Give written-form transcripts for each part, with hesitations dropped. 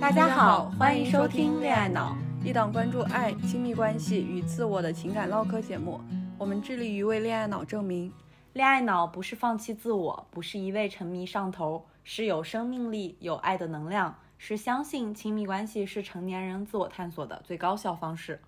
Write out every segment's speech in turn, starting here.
大家好，欢迎收听恋爱脑， 一档关注爱、亲密关系与自我的情感唠嗑节目。我们致力于为恋爱脑证明， 恋爱脑不是放弃自我，不是一味沉迷上头，是有生命力、有爱的能量，是相信亲密关系是成年人自我探索的最高效方式。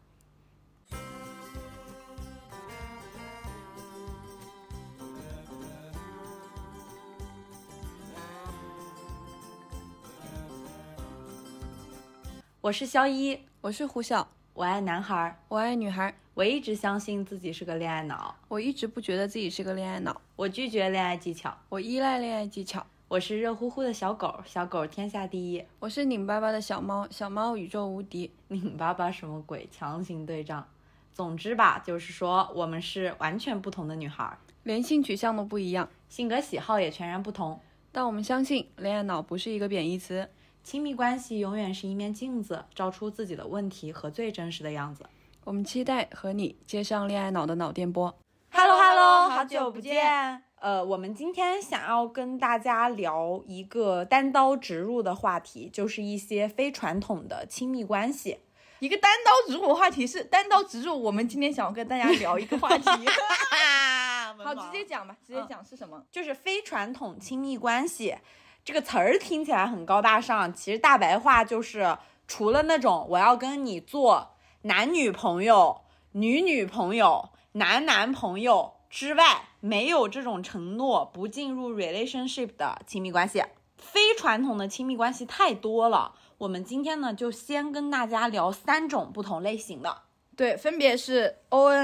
我是肖一， 我是胡晓， 我爱男孩， 我爱女孩。 我一直相信自己是个恋爱脑， 我一直不觉得自己是个恋爱脑。 我拒绝恋爱技巧， 我依赖恋爱技巧。 我是热乎乎的小狗，小狗天下第一。 我是拧巴巴的小猫，小猫宇宙无敌。 拧巴巴什么鬼？强行对仗。总之吧，就是说我们是完全不同的女孩， 连性取向都不一样， 性格喜好也全然不同。 但我们相信恋爱脑不是一个贬义词， 亲密关系永远是一面镜子，照出自己的问题和最真实的样子。 我们期待和你接上恋爱脑的脑电波。 Hello， 好久不见。我们今天想要跟大家聊一个单刀直入的话题，就是一些非传统的亲密关系。 一个单刀直入的话题是单刀直入，我们今天想要跟大家聊一个话题。好，直接讲吧，直接讲是什么？ 就是非传统亲密关系。这个词儿听起来很高大上，其实大白话就是除了那种我要跟你做男女朋友、女朋友、男朋友之外，没有这种承诺不进入 relationship 的亲密关系。非传统的亲密关系太多了，我们今天呢就先跟大家聊3种不同类型的。 对，分别是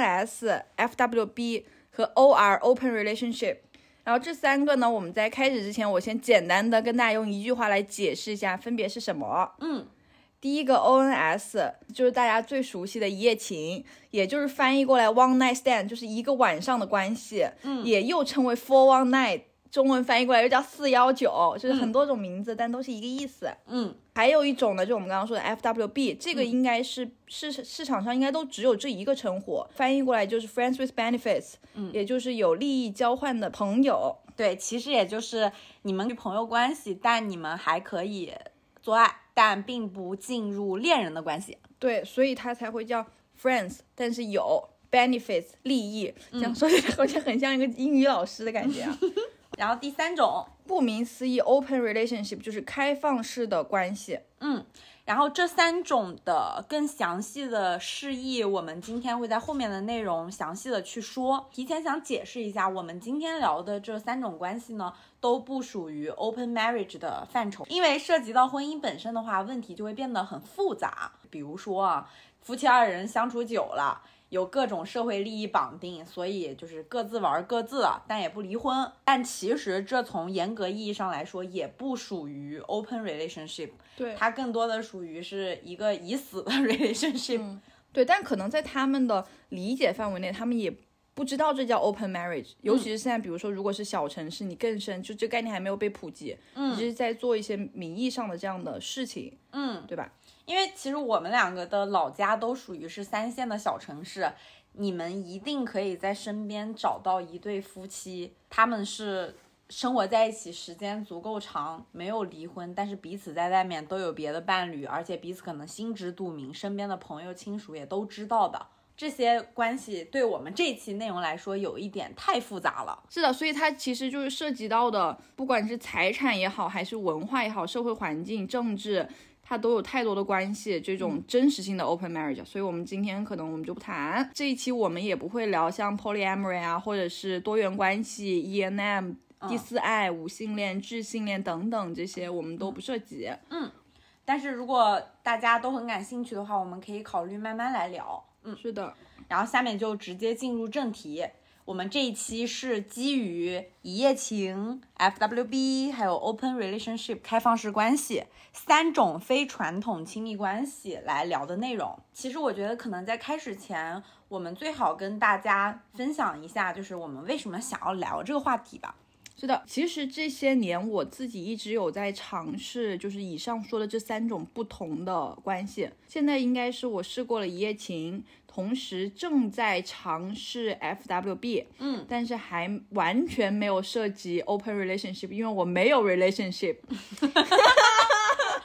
ONS、FWB 和 OR Open Relationship。然后这3个呢，我们在开始之前，我先简单的跟大家用一句话来解释一下分别是什么。第一个 ONS 就是大家最熟悉的一夜情，也就是翻译过来 One Night Stand， 就是一个晚上的关系，也又称为 419， 中文翻译过来又叫419，就是很多种名字，但都是一个意思。还有一种呢，就我们刚刚说的 FWB， 这个应该是市场上应该都只有这一个称呼，翻译过来就是 Friends with Benefits，也就是有利益交换的朋友。 对，其实也就是你们朋友关系，但你们还可以做爱，但并不进入恋人的关系。 对，所以它才会叫 friends， 但是有 benefits 利益，这样说起来好像很像一个英语老师的感觉啊。 然后第3种， 顾名思义 open relationship 就是开放式的关系。 然后这3种的更详细的释义，我们今天会在后面的内容详细的去说。提前想解释一下，我们今天聊的这3种关系呢，都不属于 open marriage 的范畴，因为涉及到婚姻本身的话，问题就会变得很复杂。比如说啊，夫妻2人相处久了，有各种社会利益绑定，所以就是各自玩各自的，但也不离婚。但其实这从严格意义上来说也不属于 open relationship， 对， 它更多的属于是一个已死的 relationship。 对，但可能在他们的理解范围内，他们也不知道这叫 open marriage，尤其是现在比如说如果是小城市，你更深，就这概念还没有被普及，你是在做一些名义上的这样的事情，对吧？ 因为其实我们2个的老家都属于是3线的小城市，你们一定可以在身边找到一对夫妻，他们是生活在一起时间足够长，没有离婚，但是彼此在外面都有别的伴侣，而且彼此可能心知肚明，身边的朋友亲属也都知道的。这些关系对我们这期内容来说有一点太复杂了。 是的，所以它其实就是涉及到的，不管是财产也好，还是文化也好，社会环境、政治，它都有太多的关系，这种真实性的 open marriage，所以我们今天可能我们就不谈。这一期我们也不会聊像 polyamory 啊，或者是多元关系、ENM、第4爱、无性恋、智性恋等等，这些我们都不涉及。 但是如果大家都很感兴趣的话，我们可以考虑慢慢来聊。 是的。 然后下面就直接进入正题。我们这一期是基于一夜情、FWB 还有 Open Relationship 开放式关系3种非传统亲密关系来聊的内容。其实我觉得可能在开始前，我们最好跟大家分享一下，就是我们为什么想要聊这个话题吧。 是的，其实这些年我自己一直有在尝试，就是以上说的这3种不同的关系。现在应该是我试过了一夜情，同时正在尝试 FWB， 但是还完全没有涉及 open relationship， 因为我没有 relationship。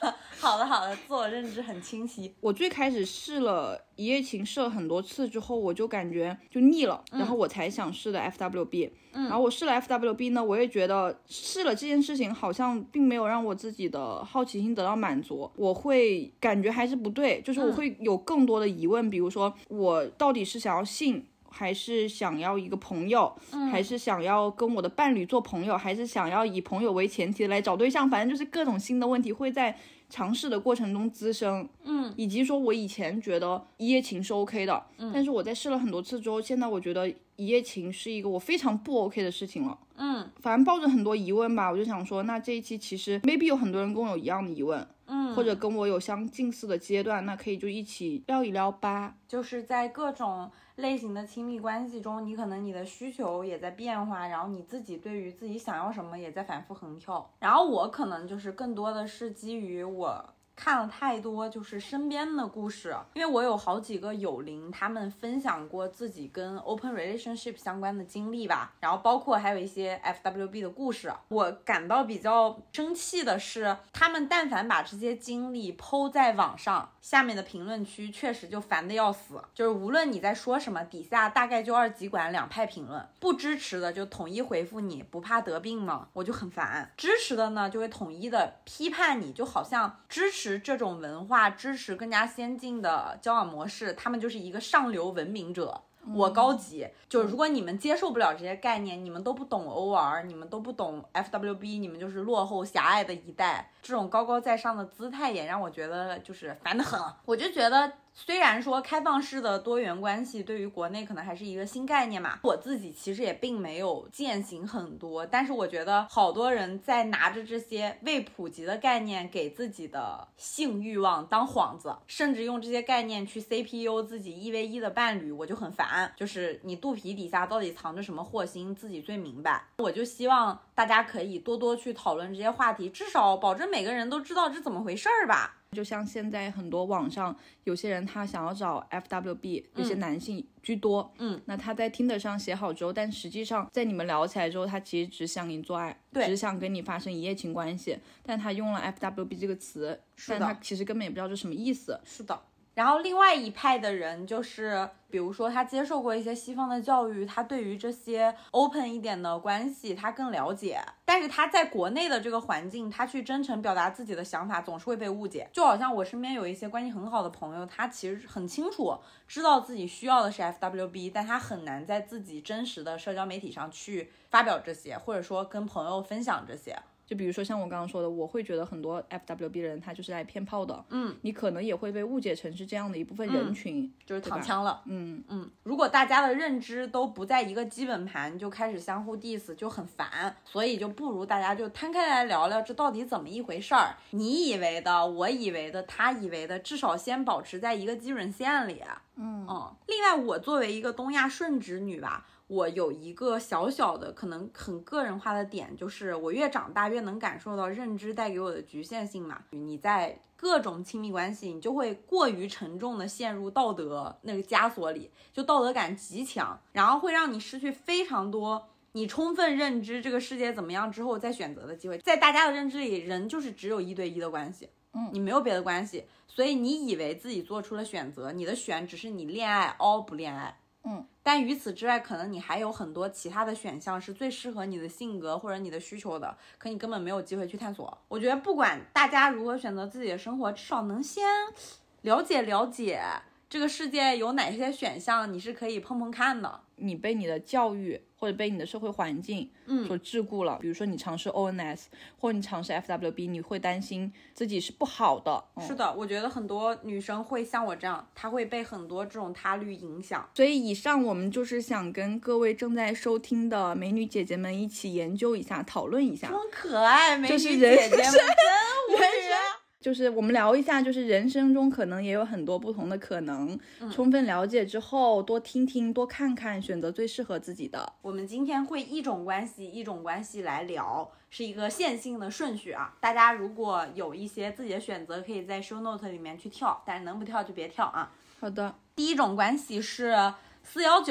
好的，自我认知很清晰。 我最开始试了一夜情，试了很多次之后，我就感觉就腻了，然后我才想试的 FWB。然后我试了 FWB 呢，我也觉得试了这件事情好像并没有让我自己的好奇心得到满足，我会感觉还是不对，就是我会有更多的疑问，比如说我到底是想要性，还是想要一个朋友，还是想要跟我的伴侣做朋友，还是想要以朋友为前提来找对象，反正就是各种新的问题会在尝试的过程中滋生，以及说我以前觉得一夜情是 OK 的，但是我在试了很多次之后，现在我觉得一夜情是一个我非常不 OK 的事情了，反正抱着很多疑问吧，我就想说，那这一期其实 maybe 有很多人跟我有一样的疑问，或者跟我有相近似的阶段，那可以就一起聊一聊吧。 就是在各种类型的亲密关系中，你可能你的需求也在变化，然后你自己对于自己想要什么也在反复横跳。然后我可能就是更多的是基于我看了太多就是身边的故事，因为我有好几个友邻，他们分享过自己跟 open relationship 相关的经历吧，然后包括还有一些 FWB 的故事。我感到比较生气的是，他们但凡把这些经历 po 在网上，下面的评论区确实就烦得要死，就是无论你在说什么，底下大概就二极管两派评论，不支持的就统一回复你不怕得病吗？我就很烦。支持的呢就会统一的批判你，就好像支持这种文化，支持更加先进的交往模式，他们就是一个上流文明者，我高级。就如果你们接受不了这些概念，你们都不懂 OR， 你们都不懂 FWB， 你们就是落后狭隘的一代，这种高高在上的姿态也让我觉得就是烦得很。我就觉得虽然说开放式的多元关系对于国内可能还是一个新概念嘛，我自己其实也并没有践行很多，但是我觉得好多人在拿着这些未普及的概念给自己的性欲望当幌子，甚至用这些概念去 CPU 自己1v1的伴侣，我就很烦。就是你肚皮底下到底藏着什么祸心，自己最明白。我就希望大家可以多多去讨论这些话题，至少保证每个人都知道这怎么回事儿吧。 就像现在很多网上有些人他想要找 FWB， 有些男性居多，那他在Tinder上写好之后，但实际上在你们聊起来之后，他其实只想跟你做爱，只想跟你发生一夜情关系，但他用了 FWB 这个词，但他其实根本也不知道这什么意思。 是的。然后另外一派的人就是比如说他接受过一些西方的教育，他对于这些 open 一点的关系他更了解，但是他在国内的这个环境，他去真诚表达自己的想法总是会被误解。就好像我身边有一些关系很好的朋友，他其实很清楚知道自己需要的是 FWB， 但他很难在自己真实的社交媒体上去发表这些，或者说跟朋友分享这些。 就比如说像我刚刚说的，我会觉得很多 FWB 人他就是来骗炮的，你可能也会被误解成是这样的一部分人群， 就是躺枪了。如果大家的认知都不在一个基本盘，就开始相互 diss 就很烦，所以就不如大家就摊开来聊聊这到底怎么一回事儿，你以为的，我以为的，他以为的，至少先保持在一个基准线里。另外我作为一个东亚顺直女吧，我有一个小小的可能很个人化的点，就是我越长大越能感受到认知带给我的局限性嘛。你在各种亲密关系，你就会过于沉重的陷入道德那个枷锁里，就道德感极强，然后会让你失去非常多你充分认知这个世界怎么样之后再选择的机会。在大家的认知里，人就是只有1对1的关系，你没有别的关系，所以你以为自己做出了选择，你的选只是你恋爱 all 不恋爱，但于此之外，可能你还有很多其他的选项是最适合你的性格或者你的需求的，可你根本没有机会去探索。我觉得不管大家如何选择自己的生活，至少能先了解了解这个世界有哪些选项你是可以碰碰看的。 你被你的教育或者被你的社会环境所桎梏了，比如说你尝试 ONS 或者你尝试 FWB， 你会担心自己是不好的。 是的，我觉得很多女生会像我这样，她会被很多这种他律影响。 所以以上我们就是想跟各位正在收听的美女姐姐们一起研究一下，讨论一下。 真可爱，美女姐姐们真无语。 就是我们聊一下，就是人生中可能也有很多不同的可能，充分了解之后多听听多看看，选择最适合自己的。 我们今天会一种关系来聊，是一个线性的顺序啊。大家如果有一些自己的选择，可以在 show note 里面去跳，但是能不跳就别跳啊。 好的。 第一种关系是419，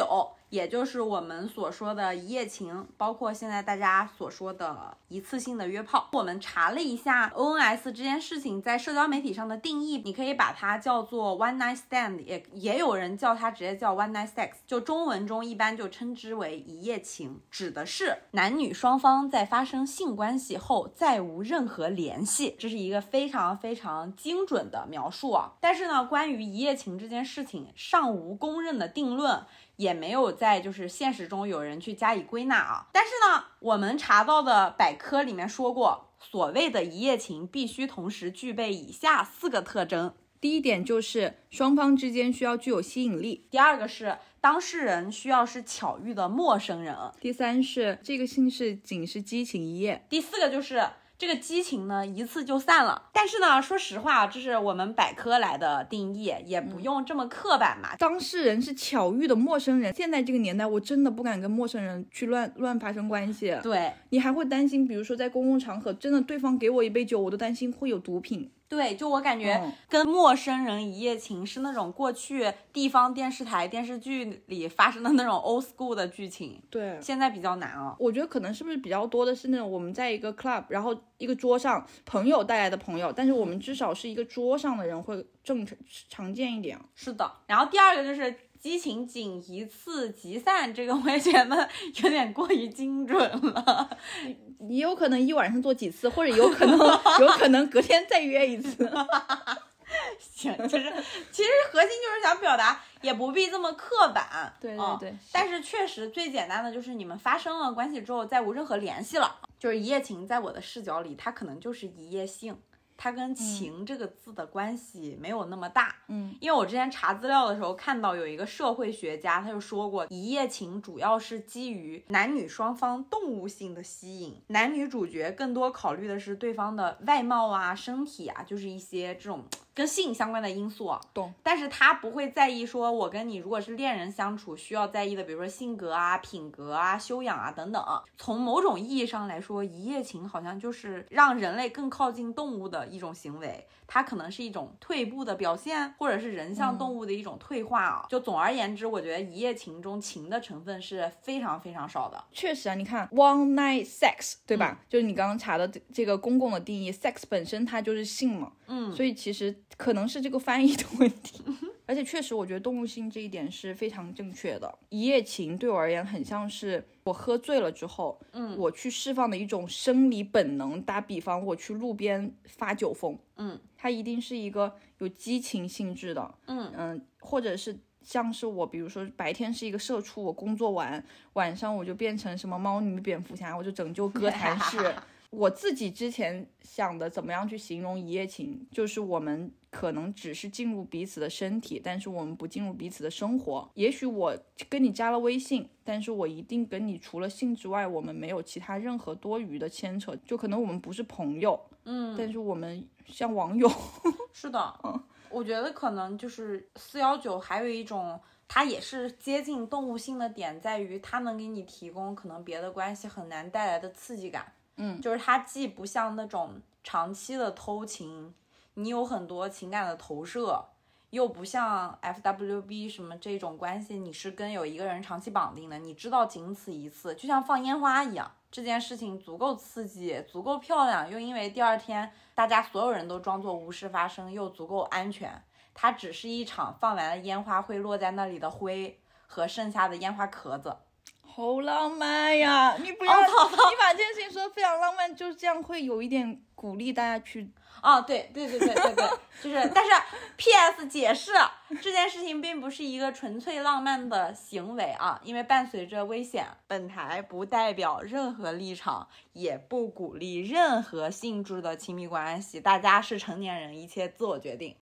也就是我们所说的一夜情，包括现在大家所说的一次性的约炮。我们查了一下 ONS 这件事情在社交媒体上的定义，你可以把它叫做 one night stand， 也有人叫它直接叫 one night sex， 就中文中一般就称之为一夜情，指的是男女双方在发生性关系后再无任何联系，这是一个非常非常精准的描述啊。但是呢，关于一夜情这件事情尚无公认的定论，也没有在就是现实中有人去加以归纳啊。但是呢，我们查到的百科里面说过，所谓的一夜情必须同时具备以下4个特征。 第一点就是双方之间需要具有吸引力， 第二个是当事人需要是巧遇的陌生人， 第三是这个性事仅是激情一夜， 第4个就是这个激情呢一次就散了。但是呢，说实话，这是我们百科来的定义，也不用这么刻板嘛。 当事人是巧遇的陌生人，现在这个年代我真的不敢跟陌生人去乱发生关系。 对， 你还会担心，比如说在公共场合，真的对方给我一杯酒，我都担心会有毒品。 对，就我感觉跟陌生人一夜情是那种过去地方电视台电视剧里发生的那种 old school 的剧情， 对， 现在比较难啊。 我觉得可能是不是比较多的是那种我们在一个 club， 然后一个桌上朋友带来的朋友，但是我们至少是一个桌上的人会常见一点。 是的，然后第二个就是激情仅一次即散，这个我也觉得有点过于精准了。 也有可能一晚上做几次，或者有可能隔天再约一次。 行，就是其实核心就是想表达，也不必这么刻板。 对， 但是确实最简单的就是你们发生了关系之后再无任何联系了，就是一夜情。在我的视角里，它可能就是一夜性。它跟情这个字的关系没有那么大，因为我之前查资料的时候看到有一个社会学家他就说过，一夜情主要是基于男女双方动物性的吸引，男女主角更多考虑的是对方的外貌啊、身体啊，就是一些这种跟性相关的因素啊。 懂。 但是他不会在意说我跟你如果是恋人相处需要在意的，比如说性格啊、品格啊、修养啊等等。从某种意义上来说，一夜情好像就是让人类更靠近动物的一种行为，它可能是一种退步的表现，或者是人向动物的一种退化啊。就总而言之，我觉得一夜情中情的成分是非常非常少的。 确实啊，你看 one night sex 对吧，就是你刚刚查的这个公共的定义， sex 本身它就是性嘛，所以其实可能是这个翻译的问题。而且确实我觉得动物性这一点是非常正确的。一夜情对我而言很像是我喝醉了之后，我去释放的一种生理本能。打比方，我去路边发酒疯，它一定是一个有激情性质的，或者是像是我比如说白天是一个社畜，我工作完晚上我就变成什么猫女蝙蝠侠，我就拯救哥谭市。我自己之前想的怎么样去形容一夜情，就是我们可能只是进入彼此的身体，但是我们不进入彼此的生活。也许我跟你加了微信，但是我一定跟你除了性之外，我们没有其他任何多余的牵扯，就可能我们不是朋友，但是我们像网友。 是的，我觉得可能就是419还有一种它也是接近动物性的点，在于它能给你提供可能别的关系很难带来的刺激感。就是它既不像那种长期的偷情，你有很多情感的投射，又不像 FWB 什么这种关系，你是跟有一个人长期绑定的，你知道仅此一次，就像放烟花一样，这件事情足够刺激，足够漂亮，又因为第二天大家所有人都装作无事发生，又足够安全。它只是一场放完了烟花会落在那里的灰和剩下的烟花壳子。 好浪漫呀！你不要，你把这件事情说得非常浪漫，就是这样会有一点鼓励大家去。 对，就是，但是 PS 解释这件事情并不是一个纯粹浪漫的行为啊，因为伴随着危险。本台不代表任何立场，也不鼓励任何性质的亲密关系，大家是成年人，一切自我决定。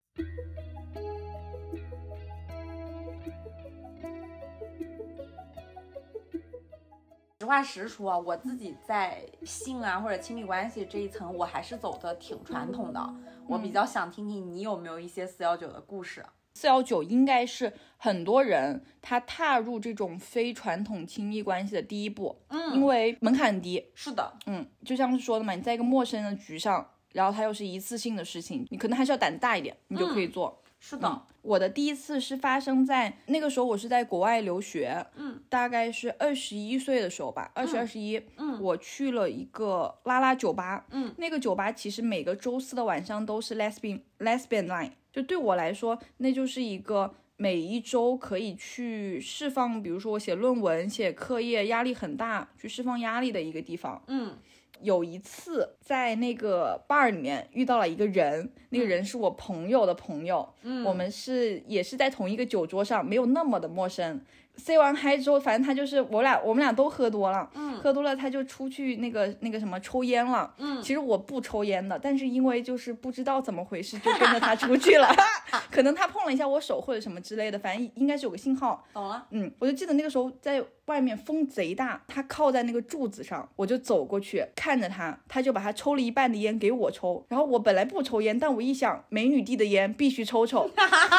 实话实说啊，我自己在性啊或者亲密关系这一层，我还是走的挺传统的。我比较想听听你有没有一些419的故事。 419应该是很多人他踏入这种非传统亲密关系的第一步，因为门槛低。 是的， 就像是说的嘛，你在一个陌生的局上，然后它又是一次性的事情，你可能还是要胆大一点，你就可以做。 是的， 我的第一次是发生在那个时候，我是在国外留学，大概是21岁的时候吧，21，我去了一个拉拉酒吧，那个酒吧其实每个周四的晚上都是 lesbian night，就对我来说，那就是一个每一周可以去释放，比如说我写论文、写课业压力很大，去释放压力的一个地方。有一次在那个 bar 里面遇到了一个人，那个人是我朋友的朋友，我们也是在同一个酒桌上，没有那么的陌生。say 完嗨之后，反正他就是我们俩都喝多了，喝多了他就出去那个什么抽烟了，其实我不抽烟的，但是因为就是不知道怎么回事就跟着他出去了，可能他碰了一下我手或者什么之类的，反正应该是有个信号。 懂了。 我就记得那个时候在外面风贼大，他靠在那个柱子上，我就走过去看着他，他就把他抽了一半的烟给我抽，然后我本来不抽烟，但我一想美女递的烟必须抽抽，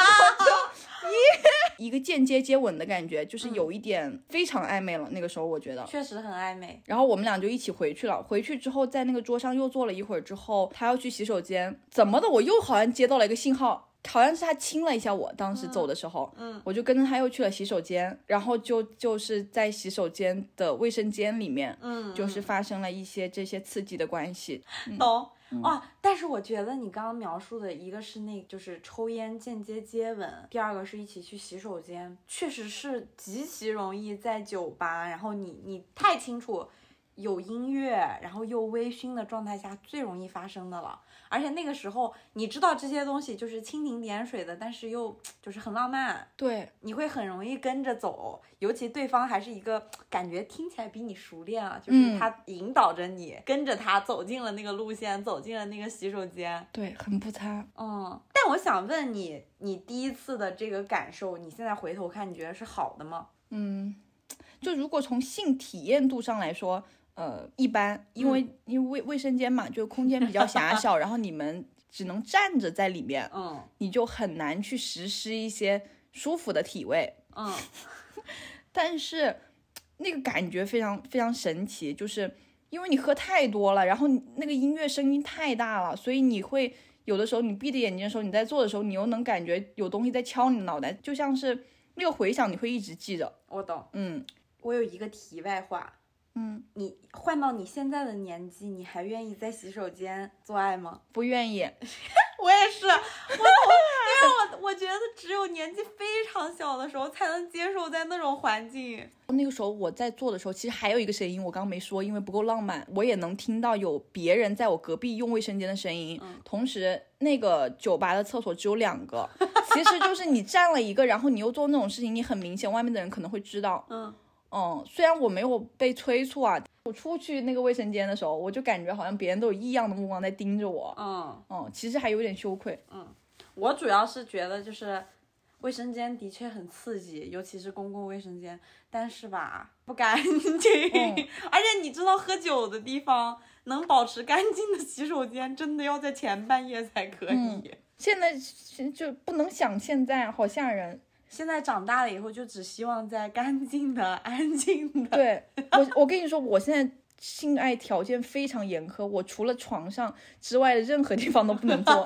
一个间接接吻的感觉，就是有一点非常暧昧了。那个时候我觉得确实很暧昧。 然后我们俩就一起回去了。回去之后，在那个桌上又坐了一会儿之后，他要去洗手间，怎么的？我又好像接到了一个信号，好像是他亲了一下我。当时走的时候，我就跟着他又去了洗手间，然后就是在洗手间的卫生间里面，就是发生了一些这些刺激的关系。 懂。但是我觉得你刚刚描述的一个是就是抽烟间接接吻，第二个是一起去洗手间，确实是极其容易在酒吧，然后你太清楚有音乐，然后又微醺的状态下最容易发生的了。而且那个时候你知道这些东西就是蜻蜓点水的，但是又就是很浪漫， 对， 你会很容易跟着走，尤其对方还是一个感觉听起来比你熟练啊，就是他引导着你跟着他走进了那个路线，走进了那个洗手间， 对，很不差。 但我想问你，你第一次的这个感受，你现在回头看，你觉得是好的吗？ 就如果从性体验度上来说，一般，因为卫生间嘛，就空间比较狭小，然后你们只能站着在里面，你就很难去实施一些舒服的体位，但是那个感觉非常非常神奇，就是因为你喝太多了，然后那个音乐声音太大了，所以你会有的时候你闭着眼睛的时候，你在做的时候，你又能感觉有东西在敲你的脑袋，就像是那个回响，你会一直记着。 我懂。我有一个题外话。你换到你现在的年纪，你还愿意在洗手间做爱吗？ 不愿意。 我也是，因为我觉得只有年纪非常小的时候才能接受在那种环境。 那个时候我在做的时候，其实还有一个声音，我刚刚没说，因为不够浪漫，我也能听到有别人在我隔壁用卫生间的声音。同时那个酒吧的厕所只有2个，其实就是你占了一个，然后你又做那种事情，你很明显外面的人可能会知道。虽然我没有被催促啊，我出去那个卫生间的时候，我就感觉好像别人都有异样的目光在盯着我。其实还有点羞愧。 我主要是觉得就是卫生间的确很刺激，尤其是公共卫生间，但是吧不干净。而且你知道喝酒的地方能保持干净的洗手间真的要在前半夜才可以。 现在就不能想，现在好吓人。 现在长大了以后就只希望在干净的安静的。 对，我跟你说，我现在性爱条件非常严苛，我除了床上之外的任何地方都不能做。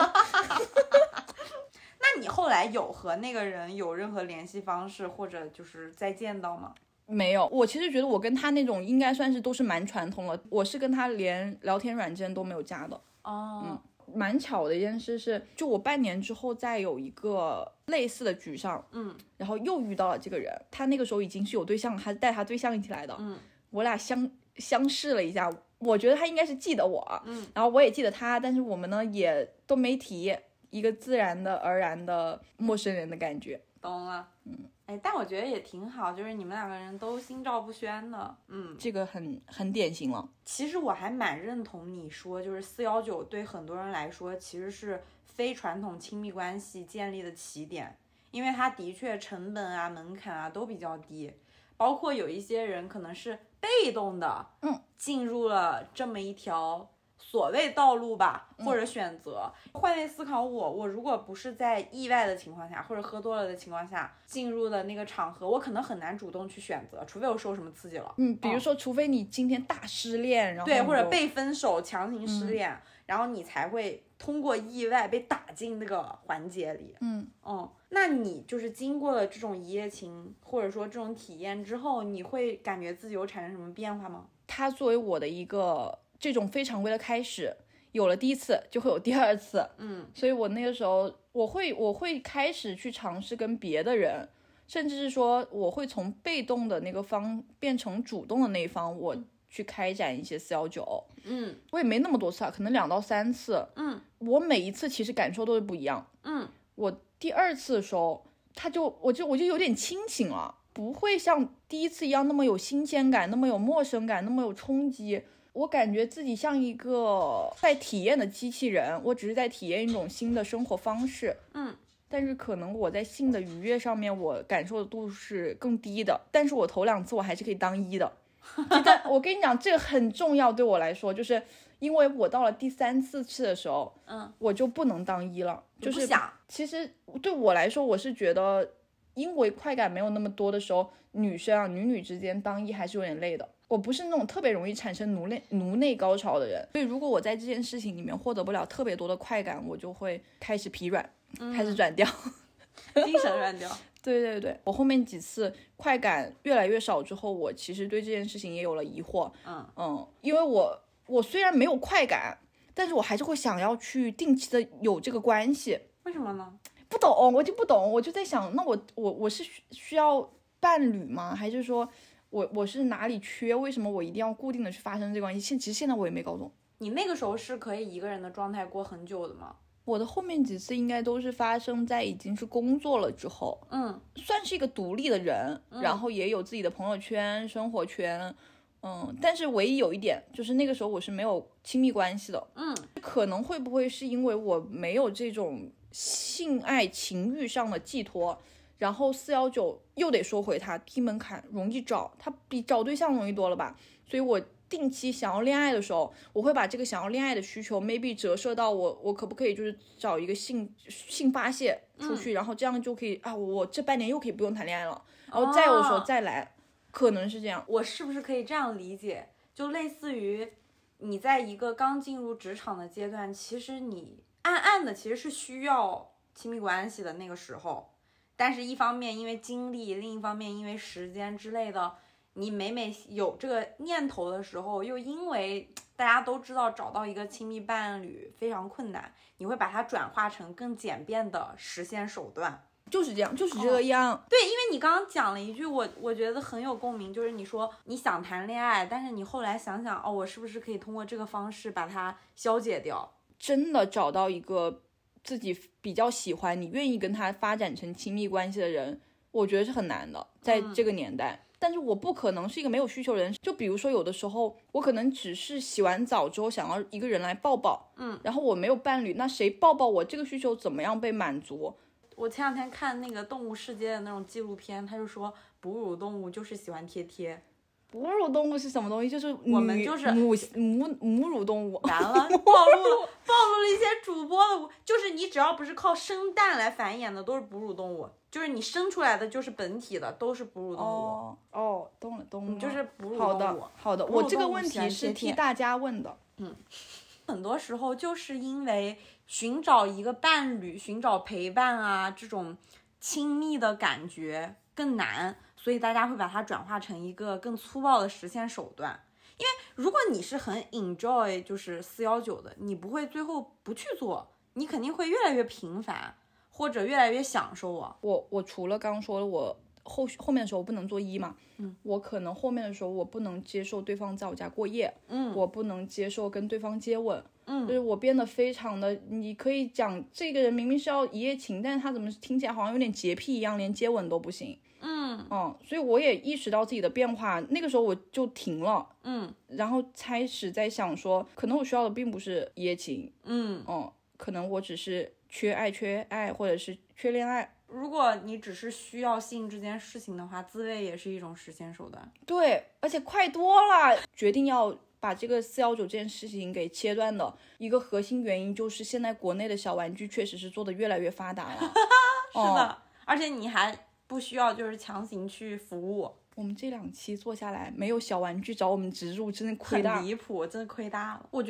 那你后来有和那个人有任何联系方式或者就是再见到吗？ 没有，我其实觉得我跟他那种应该算是都是蛮传统了，我是跟他连聊天软件都没有加的。蛮巧的一件事是，就我半年之后在有一个类似的局上，然后又遇到了这个人，他那个时候已经是有对象，还是带他对象一起来的，我俩相视了一下，我觉得他应该是记得我，然后我也记得他，但是我们呢也都没提，一个自然的而然的陌生人的感觉。 懂了。但我觉得也挺好，就是你们2个人都心照不宣的。 这个很典型了。 其实我还蛮认同你说，就是419对很多人来说其实是非传统亲密关系建立的起点，因为它的确成本啊门槛啊都比较低，包括有一些人可能是被动的进入了这么一条所谓道路吧，或者选择。换位思考，我如果不是在意外的情况下或者喝多了的情况下进入的那个场合，我可能很难主动去选择，除非我受什么刺激了。 比如说除非你今天大失恋，然后对，或者被分手强行失恋， 然后你才会通过意外被打进那个环节里。那你就是经过了这种一夜情或者说这种体验之后，你会感觉自己有产生什么变化吗？ 它作为我的一个这种非常规的开始，有了第一次就会有第二次。所以我那个时候我会开始去尝试跟别的人，甚至是说我会从被动的那个方变成主动的那一方，我去开展一些419。我也没那么多次啊，可能2到3次。我每一次其实感受都是不一样。我第二次的时候，我就有点清醒了，不会像第一次一样那么有新鲜感，那么有陌生感，那么有冲击。我感觉自己像一个在体验的机器人，我只是在体验一种新的生活方式。但是可能我在性的愉悦上面，我感受的度是更低的，但是我头2次我还是可以当一的。但我跟你讲，这个很重要，对我来说，就是因为我到了第3、4次的时候，我就不能当一了，就是其实对我来说，我是觉得，因为快感没有那么多的时候，女生啊，女之间当一还是有点累的。我不是那种特别容易产生颅内高潮的人，所以如果我在这件事情里面获得不了特别多的快感，我就会开始疲软，开始软掉， 精神软掉。 对，我后面几次快感越来越少之后，我其实对这件事情也有了疑惑。因为我虽然没有快感，但是我还是会想要去定期的有这个关系。 为什么呢？ 不懂，我就不懂，我就在想，那我是需要伴侣吗？还是说我是哪里缺？为什么我一定要固定的去发生这个关系？其实现在我也没搞懂。 你那个时候是可以一个人的状态过很久的吗？ 我的后面几次应该都是发生在已经是工作了之后，算是一个独立的人，然后也有自己的朋友圈、生活圈，但是唯一有一点就是那个时候我是没有亲密关系的，可能会不会是因为我没有这种性爱情欲上的寄托，然后419又得说回它低门槛容易找，它比找对象容易多了吧，所以我定期想要恋爱的时候，我会把这个想要恋爱的需求 maybe 折射到我可不可以就是找一个性发泄出去，然后这样就可以啊，我这半年又可以不用谈恋爱了，然后再有的时候再来，可能是这样。 我是不是可以这样理解，就类似于你在一个刚进入职场的阶段，其实你暗暗的其实是需要亲密关系的那个时候，但是一方面因为精力，另一方面因为时间之类的，你每有这个念头的时候，又因为大家都知道找到一个亲密伴侣非常困难，你会把它转化成更简便的实现手段。 就是这样，就是这样。 对，因为你刚刚讲了一句我觉得很有共鸣，就是你说你想谈恋爱，但是你后来想想，我是不是可以通过这个方式把它消解掉？ 真的找到一个自己比较喜欢，你愿意跟他发展成亲密关系的人，我觉得是很难的，在这个年代。但是我不可能是一个没有需求的人，就比如说有的时候我可能只是洗完澡之后想要一个人来抱抱，然后我没有伴侣，那谁抱抱我，这个需求怎么样被满足？ 我前两天看那个动物世界的那种纪录片，他就说哺乳动物就是喜欢贴贴。 哺乳动物是什么东西？就是我们就是母乳动物。 完了，暴露了一些主播的，就是你只要不是靠生蛋来繁衍的，都是哺乳动物。就是你生出来的就是本体的，都是哺乳动物。 懂了。 你就是哺乳动物。 好的，我这个问题是替大家问的。 很多时候就是因为寻找一个伴侣、寻找陪伴啊，这种亲密的感觉更难，所以大家会把它转化成一个更粗暴的实现手段。因为如果你是很 enjoy 就是419的，你不会最后不去做，你肯定会越来越频繁，或者越来越享受啊。 我除了刚说了我后面的时候我不能做一嘛，我可能后面的时候我不能接受对方在我家过夜，我不能接受跟对方接吻，就是我变得非常的，你可以讲这个人明明是要一夜情，但是他怎么听起来好像有点洁癖一样，连接吻都不行。所以我也意识到自己的变化，那个时候我就停了，然后开始在想说，可能我需要的并不是一夜情，可能我只是缺爱，或者是缺恋爱。 如果你只是需要性这件事情的话，自慰也是一种实现手段。 对，而且快多了。决定要把这个419这件事情给切断的一个核心原因，就是现在国内的小玩具确实是做的越来越发达了。 是的，而且你还不需要就是强行去服务。 我们这2期做下来，没有小玩具找我们植入，真的亏大了， 很离谱，真的亏大了。我觉得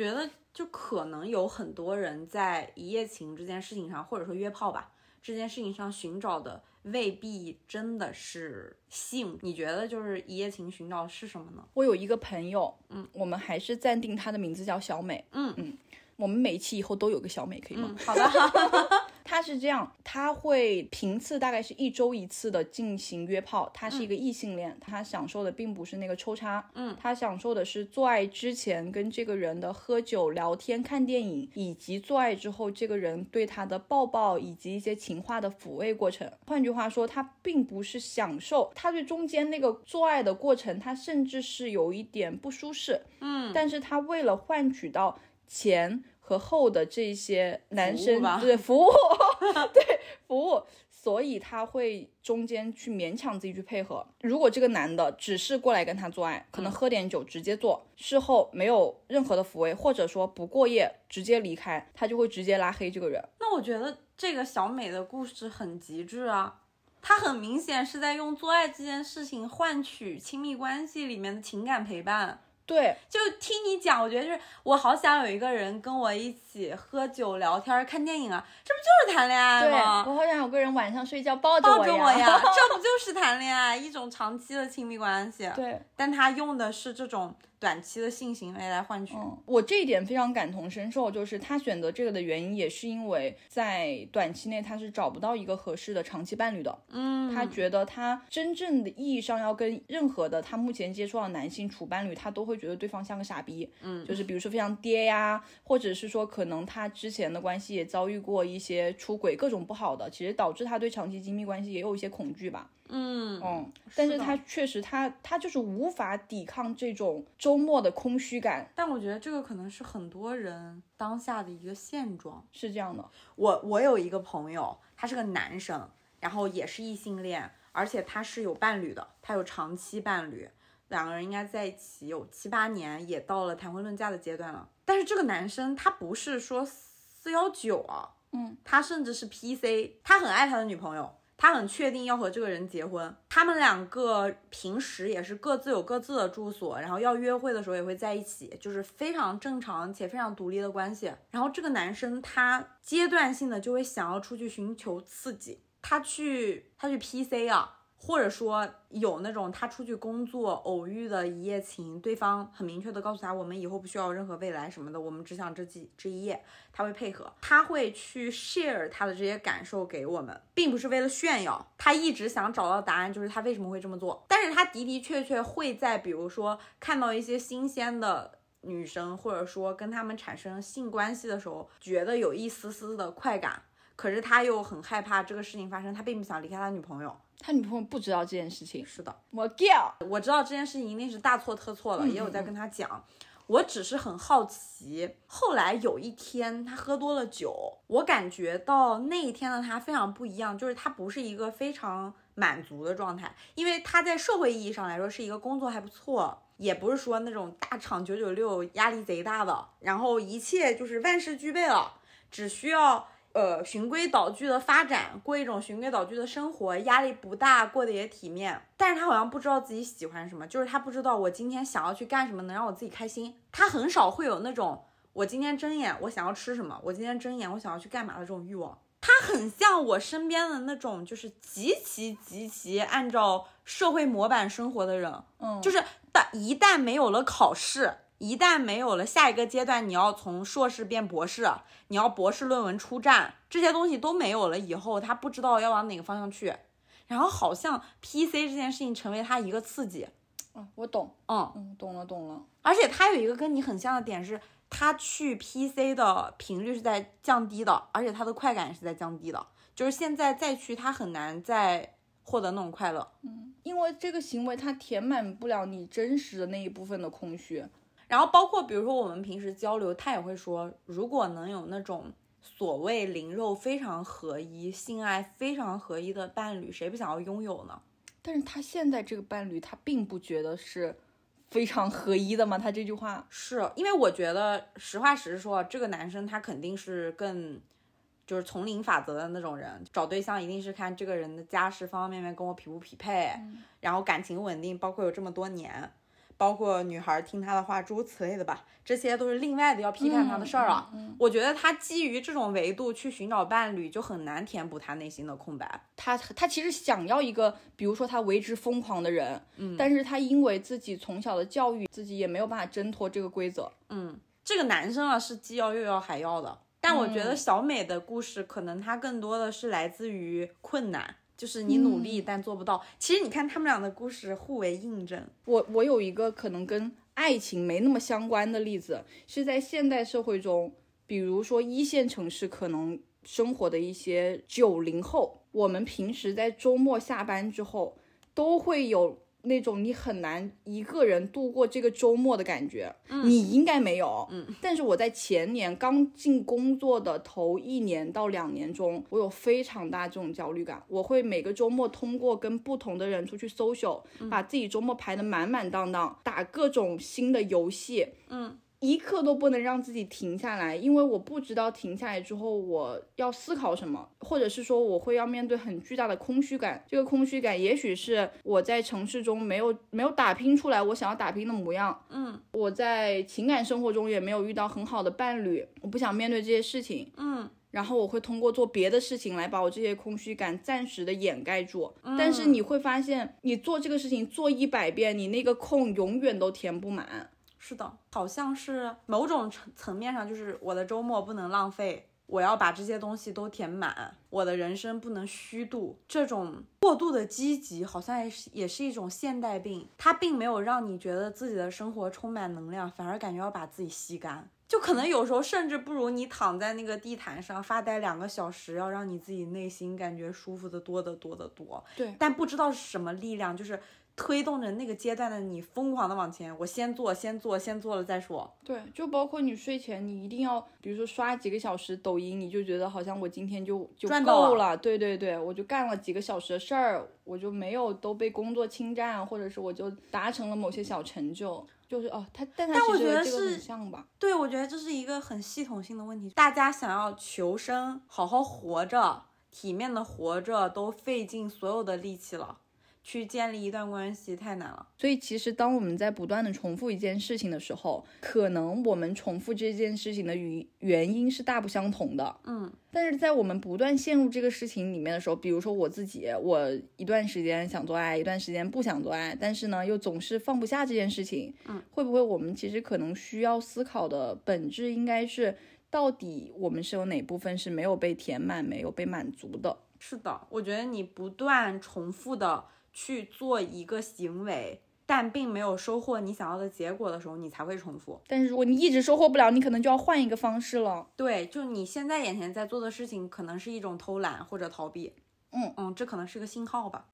就可能有很多人在一夜情这件事情上，或者说约炮吧这件事情上寻找的未必真的是性。你觉得就是一夜情寻找的是什么呢？ 我有一个朋友，我们还是暂定他的名字叫小美。我们每一期以后都有个小美，可以吗？ 好的。 他是这样，他会频次大概是1周1次的进行约炮，他是一个异性恋，他享受的并不是那个抽插，他享受的是做爱之前跟这个人的喝酒聊天看电影，以及做爱之后这个人对他的抱抱以及一些情话的抚慰过程。换句话说，他并不是享受，他对中间那个做爱的过程他甚至是有一点不舒适，但是他为了换取到前和后的这些男生对服务对服务，所以他会中间去勉强自己去配合。如果这个男的只是过来跟他做爱，可能喝点酒直接做，事后没有任何的抚慰，或者说不过夜直接离开，他就会直接拉黑这个人。 那我觉得这个小美的故事很极致啊，她很明显是在用做爱这件事情换取亲密关系里面的情感陪伴。 对， 就听你讲，我觉得就是我好想有一个人跟我一起喝酒聊天看电影啊，这不就是谈恋爱吗？ 对，我好想有个人晚上睡觉抱着我呀这不就是谈恋爱，一种长期的亲密关系。 对， 但他用的是这种短期的性行为来换取。 我这一点非常感同身受，就是他选择这个的原因也是因为在短期内他是找不到一个合适的长期伴侣的。他觉得他真正的意义上要跟任何的他目前接触到的男性处伴侣，他都会觉得对方像个傻逼。就是比如说非常爹呀，或者是说可能他之前的关系也遭遇过一些出轨各种不好的，其实导致他对长期亲密关系也有一些恐惧吧。但是他确实他就是无法抵抗这种周末的空虚感。 但我觉得这个可能是很多人当下的一个现状。 是这样的， 我有一个朋友，他是个男生，然后也是异性恋，而且他是有伴侣的，他有长期伴侣，两个人应该在一起有7、8年，也到了谈婚论嫁的阶段了。但是这个男生他不是说419啊，他甚至是 PC， 他很爱他的女朋友，他很确定要和这个人结婚，他们两个平时也是各自有各自的住所，然后要约会的时候也会在一起，就是非常正常且非常独立的关系。然后这个男生他阶段性的就会想要出去寻求刺激，他去 PC 啊，或者说有那种他出去工作偶遇的一夜情，对方很明确的告诉他我们以后不需要任何未来什么的，我们只想这一夜，他会配合，他会去 share 他的这些感受给我们，并不是为了炫耀，他一直想找到答案，就是他为什么会这么做。但是他的确会在比如说看到一些新鲜的女生，或者说跟他们产生性关系的时候，觉得有一丝丝的快感，可是他又很害怕这个事情发生，他并不想离开他女朋友。 他女朋友不知道这件事情。 是的， 我知道这件事情一定是大错特错了，也有在跟他讲。我只是很好奇，后来有一天他喝多了酒，我感觉到那一天的他非常不一样，就是他不是一个非常满足的状态，因为他在社会意义上来说是一个工作还不错，也不是说那种大厂996压力贼大的，然后一切就是万事俱备了，只需要循规蹈矩的发展，过一种循规蹈矩的生活，压力不大，过得也体面。但是他好像不知道自己喜欢什么，就是他不知道我今天想要去干什么能让我自己开心。他很少会有那种我今天睁眼我想要吃什么，我今天睁眼我想要去干嘛的这种欲望。他很像我身边的那种就是极其按照社会模板生活的人，就是一旦没有了考试，一旦没有了下一个阶段，你要从硕士变博士，你要博士论文出战，这些东西都没有了以后，他不知道要往哪个方向去，然后好像 PC 这件事情成为他一个刺激。 我懂，懂了。 而且他有一个跟你很像的点是，他去 PC 的频率是在降低的，而且他的快感也是在降低的，就是现在再去他很难再获得那种快乐。 因为这个行为它填满不了你真实的那一部分的空虚。 然后包括比如说我们平时交流，他也会说，如果能有那种所谓灵肉非常合一、性爱非常合一的伴侣，谁不想要拥有呢？ 但是他现在这个伴侣，他并不觉得是非常合一的吗？他这句话是因为我觉得实话实说，这个男生他肯定是更就是丛林法则的那种人，找对象一定是看这个人的家世方方面面跟我匹不匹配，然后感情稳定，包括有这么多年， 包括女孩听他的话诸如此类的吧，这些都是另外的要批判他的事儿啊。我觉得他基于这种维度去寻找伴侣，就很难填补他内心的空白。 他其实想要一个比如说他为之疯狂的人，但是他因为自己从小的教育，自己也没有办法挣脱这个规则。 这个男生啊是既要又要还要的，但我觉得小美的故事可能它更多的是来自于困难，就是你努力但做不到。其实你看他们俩的故事互为印证。 我有一个可能跟爱情没那么相关的例子，是在现代社会中，比如说一线城市可能生活的一些90后，我们平时在周末下班之后都会有那种你很难一个人度过这个周末的感觉。你应该没有。但是我在前年刚进工作的头1年到2年中，我有非常大这种焦虑感。我会每个周末通过跟不同的人出去 social，把自己周末排得满满当当，打各种新的游戏，一刻都不能让自己停下来，因为我不知道停下来之后我要思考什么，或者是说我会要面对很巨大的空虚感。这个空虚感也许是我在城市中没有打拼出来我想要打拼的模样。我在情感生活中也没有遇到很好的伴侣，我不想面对这些事情。然后我会通过做别的事情来把我这些空虚感暂时的掩盖住。但是你会发现你做这个事情做100遍，你那个空永远都填不满。 是的，好像是某种层面上，就是我的周末不能浪费，我要把这些东西都填满，我的人生不能虚度。这种过度的积极好像也是一种现代病，它并没有让你觉得自己的生活充满能量，反而感觉要把自己吸干。就可能有时候甚至不如你躺在那个地毯上发呆2个小时，要让你自己内心感觉舒服的多得多得多。 对， 但不知道是什么力量，就是推动着那个阶段的你疯狂的往前，我先做了再说。 对，就包括你睡前你一定要比如说刷几个小时抖音，你就觉得好像我今天就够了。对对对，我就干了几个小时的事儿，我就没有都被工作侵占，或者是我就达成了某些小成就。就是但我觉得这个很像吧。 对，我觉得这是一个很系统性的问题。大家想要求生，好好活着，体面的活着，都费尽所有的力气了，去建立一段关系太难了。 所以其实当我们在不断的重复一件事情的时候，可能我们重复这件事情的原因是大不相同的。但是在我们不断陷入这个事情里面的时候，比如说我自己，我一段时间想做爱，一段时间不想做爱，但是呢又总是放不下这件事情。会不会我们其实可能需要思考的本质应该是，到底我们是有哪部分是没有被填满，没有被满足的。 是的，我觉得你不断重复的去做一个行为，但并没有收获你想要的结果的时候，你才会重复。 但是如果你一直收获不了，你可能就要换一个方式了。 对，就你现在眼前在做的事情可能是一种偷懒或者逃避。这可能是个信号吧。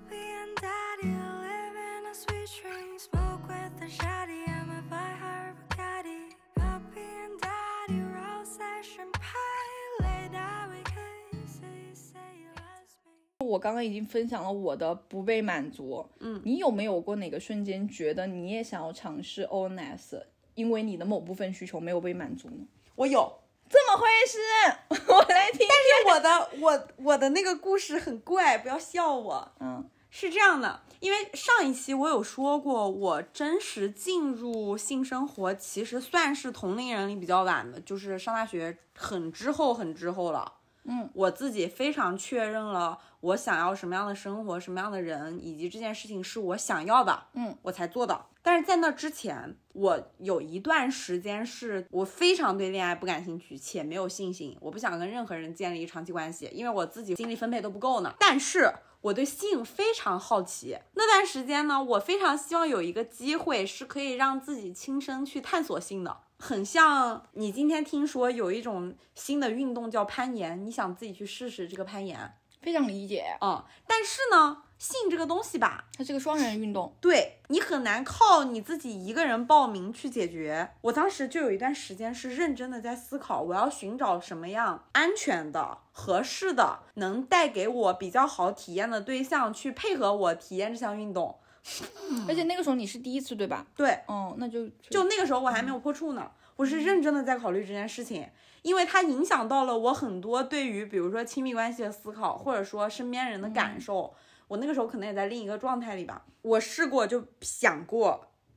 我刚刚已经分享了我的不被满足。你有没有过哪个瞬间觉得你也想要尝试 ONS， 因为你的某部分需求没有被满足呢？ 我有。 这么回事？我来听听。 但是我的那个故事很怪，不要笑我。是这样的，因为上一期我有说过，我真实进入性生活其实算是同龄人里比较晚的，就是上大学很之后了。我自己非常确认了我想要什么样的生活，什么样的人，以及这件事情是我想要的，我才做的。但是在那之前，我有一段时间是我非常对恋爱不感兴趣，且没有信心，我不想跟任何人建立长期关系，因为我自己精力分配都不够呢。但是我对性非常好奇，那段时间呢，我非常希望有一个机会是可以让自己亲身去探索性的。很像你今天听说有一种新的运动叫攀岩，你想自己去试试这个攀岩。 非常理解。 但是呢，性这个东西吧， 它是个双人运动， 对，你很难靠你自己一个人报名去解决。我当时就有一段时间是认真的在思考，我要寻找什么样安全的、合适的、能带给我比较好体验的对象去配合我体验这项运动。 而且那个时候你是第一次对吧？ 对。 那就那个时候我还没有破处呢，我是认真的在考虑这件事情，因为它影响到了我很多对于比如说亲密关系的思考，或者说身边人的感受。我那个时候可能也在另一个状态里吧，我试过就想过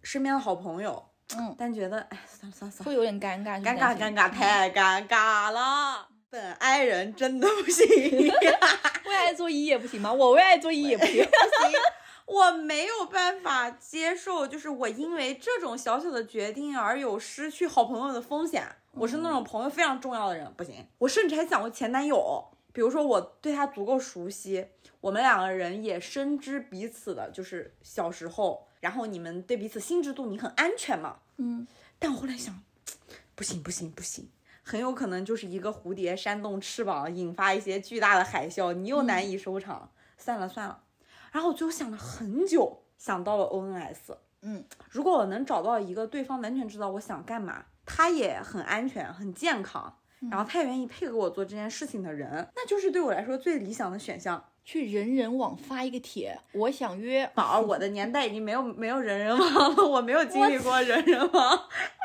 身边的好朋友，但觉得哎，算了算了算了， 会有点尴尬， 尴尬，太尴尬了。本爱人真的不行， 为爱作揖也不行吗？我为爱作揖也不行， 我没有办法接受，就是我因为这种小小的决定而有失去好朋友的风险。我是那种朋友非常重要的人，不行。我甚至还讲过前男友，比如说我对他足够熟悉，我们两个人也深知彼此的，就是小时候，然后你们对彼此心知肚明，很安全嘛。但我后来想，不行，很有可能就是一个蝴蝶扇动翅膀，引发一些巨大的海啸，你又难以收场。算了。然后我最后想了很久，想到了 ONS。如果我能找到一个对方完全知道我想干嘛，他也很安全、很健康，然后他也愿意配合我做这件事情的人，那就是对我来说最理想的选项。 去人人网发一个帖，我想约。 宝儿，我的年代已经没有人人网了，我没有经历过人人网。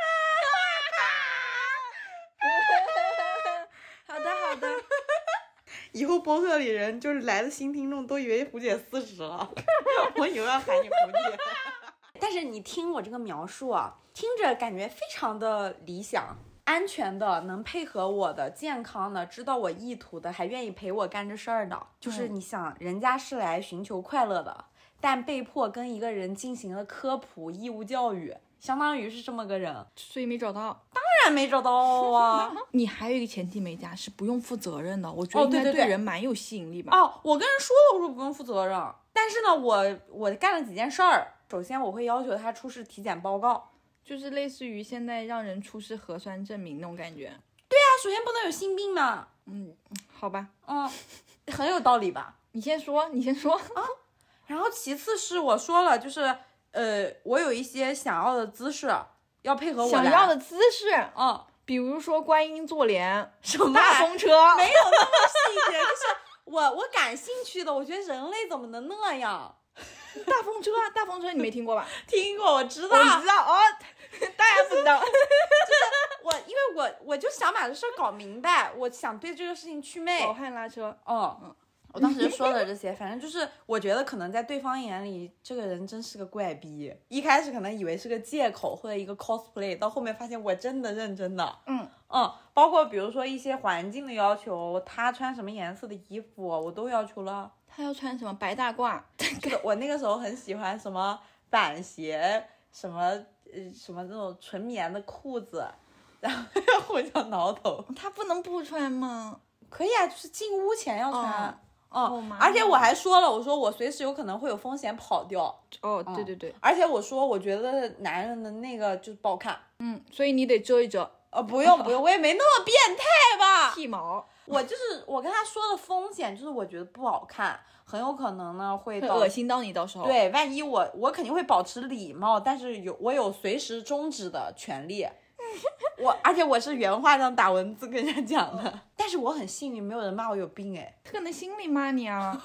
好的。 以后播客里人就是来的新听众都以为胡姐40了，我以后要喊你胡姐。但是你听我这个描述啊，听着感觉非常的理想，安全的，能配合我的，健康的，知道我意图的，还愿意陪我干这事儿的。就是你想，人家是来寻求快乐的，但被迫跟一个人进行了科普义务教育，相当于是这么个人， 所以没找到。 当然没找到啊。 你还有一个前提没加，是不用负责任的。我觉得应该对人蛮有吸引力吧。 我跟人说了，我说不用负责任，但是呢，我干了几件事儿。首先我会要求他出示体检报告， 就是类似于现在让人出示核酸证明那种感觉。 对啊，首先不能有性病嘛。 好吧。 很有道理吧？ 你先说啊。 然后其次是我说了，就是我有一些想要的姿势要配合我想要的姿势，比如说观音坐莲， 什么大风车， 没有那么细节，就是我感兴趣的，我觉得人类怎么能那样？ 大风车你没听过吧？ 听过，我知道哦，大家不知道。 就是因为我就想把这事搞明白，我想对这个事情祛魅。 饱汉拉车。 我当时就说了这些，反正就是我觉得可能在对方眼里，这个人真是个怪逼。一开始可能以为是个借口或者一个 cosplay， 到后面发现我真的认真的。包括比如说一些环境的要求，他穿什么颜色的衣服，我都要求了。 他要穿什么白大褂？ 我那个时候很喜欢什么板鞋，什么那种纯棉的裤子，然后互相挠头。 他不能不穿吗？ 可以啊，就是进屋前要穿。 而且我还说了，我说我随时有可能会有风险跑掉。 对。 而且我说我觉得男人的那个就是不好看。 所以你得遮一遮。 不用，我也没那么变态吧。 剃毛。 我跟他说的风险就是我觉得不好看，很有可能呢会恶心到你，到时候。 对，万一我肯定会保持礼貌，但是我有随时终止的权利。而且我是原话上打文字跟人家讲的，但是我很幸运，没有人骂我有病。 他可能心里骂你啊。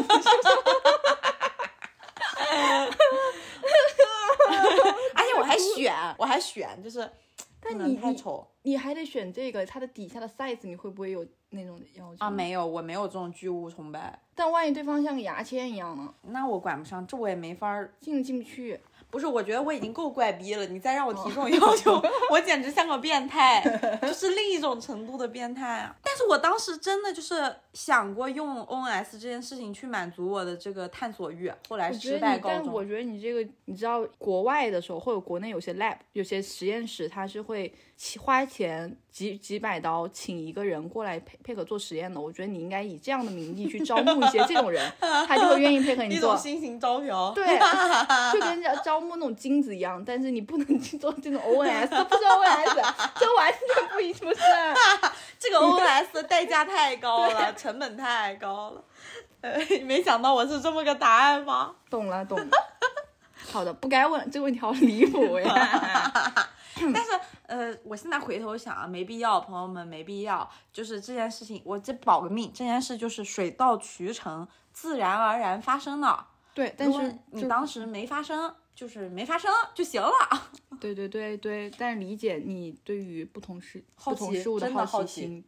而且我还选，就是但你太丑， 你还得选这个，它的底下的 size 你会不会有那种要求没有，我没有这种巨物崇拜。 但万一对方像个牙签一样呢？ 那我管不上，这我也没法进不去。 不是，我觉得我已经够怪逼了，你再让我提这种要求，我简直像个变态，就是另一种程度的变态啊！但是我当时真的就是想过用 ONS 这件事情去满足我的这个探索欲，后来失败告终。 但我觉得你这个，你知道国外的时候，或者国内有些 lab 有些实验室，它是会花钱几百刀请一个人过来配合做实验的。我觉得你应该以这样的名义去招募一些这种人，他就会愿意配合你做。 一种新型招嫖。 对，就跟招募那种精子一样，但是你不能去做这种 ONS， 这不是 ONS， 这完全不是。 这个 ONS 的代价太高了，成本太高了。没想到我是这么个答案吗？ 懂了。好的，不该问这个问题，好离谱呀。 但是我现在回头想啊，没必要，朋友们，没必要。就是这件事情，我这保个命，这件事就是水到渠成，自然而然发生的。 对，但是你当时没发生，就是没发生就行了。 对，但是理解你对于不同事物的好奇心，对。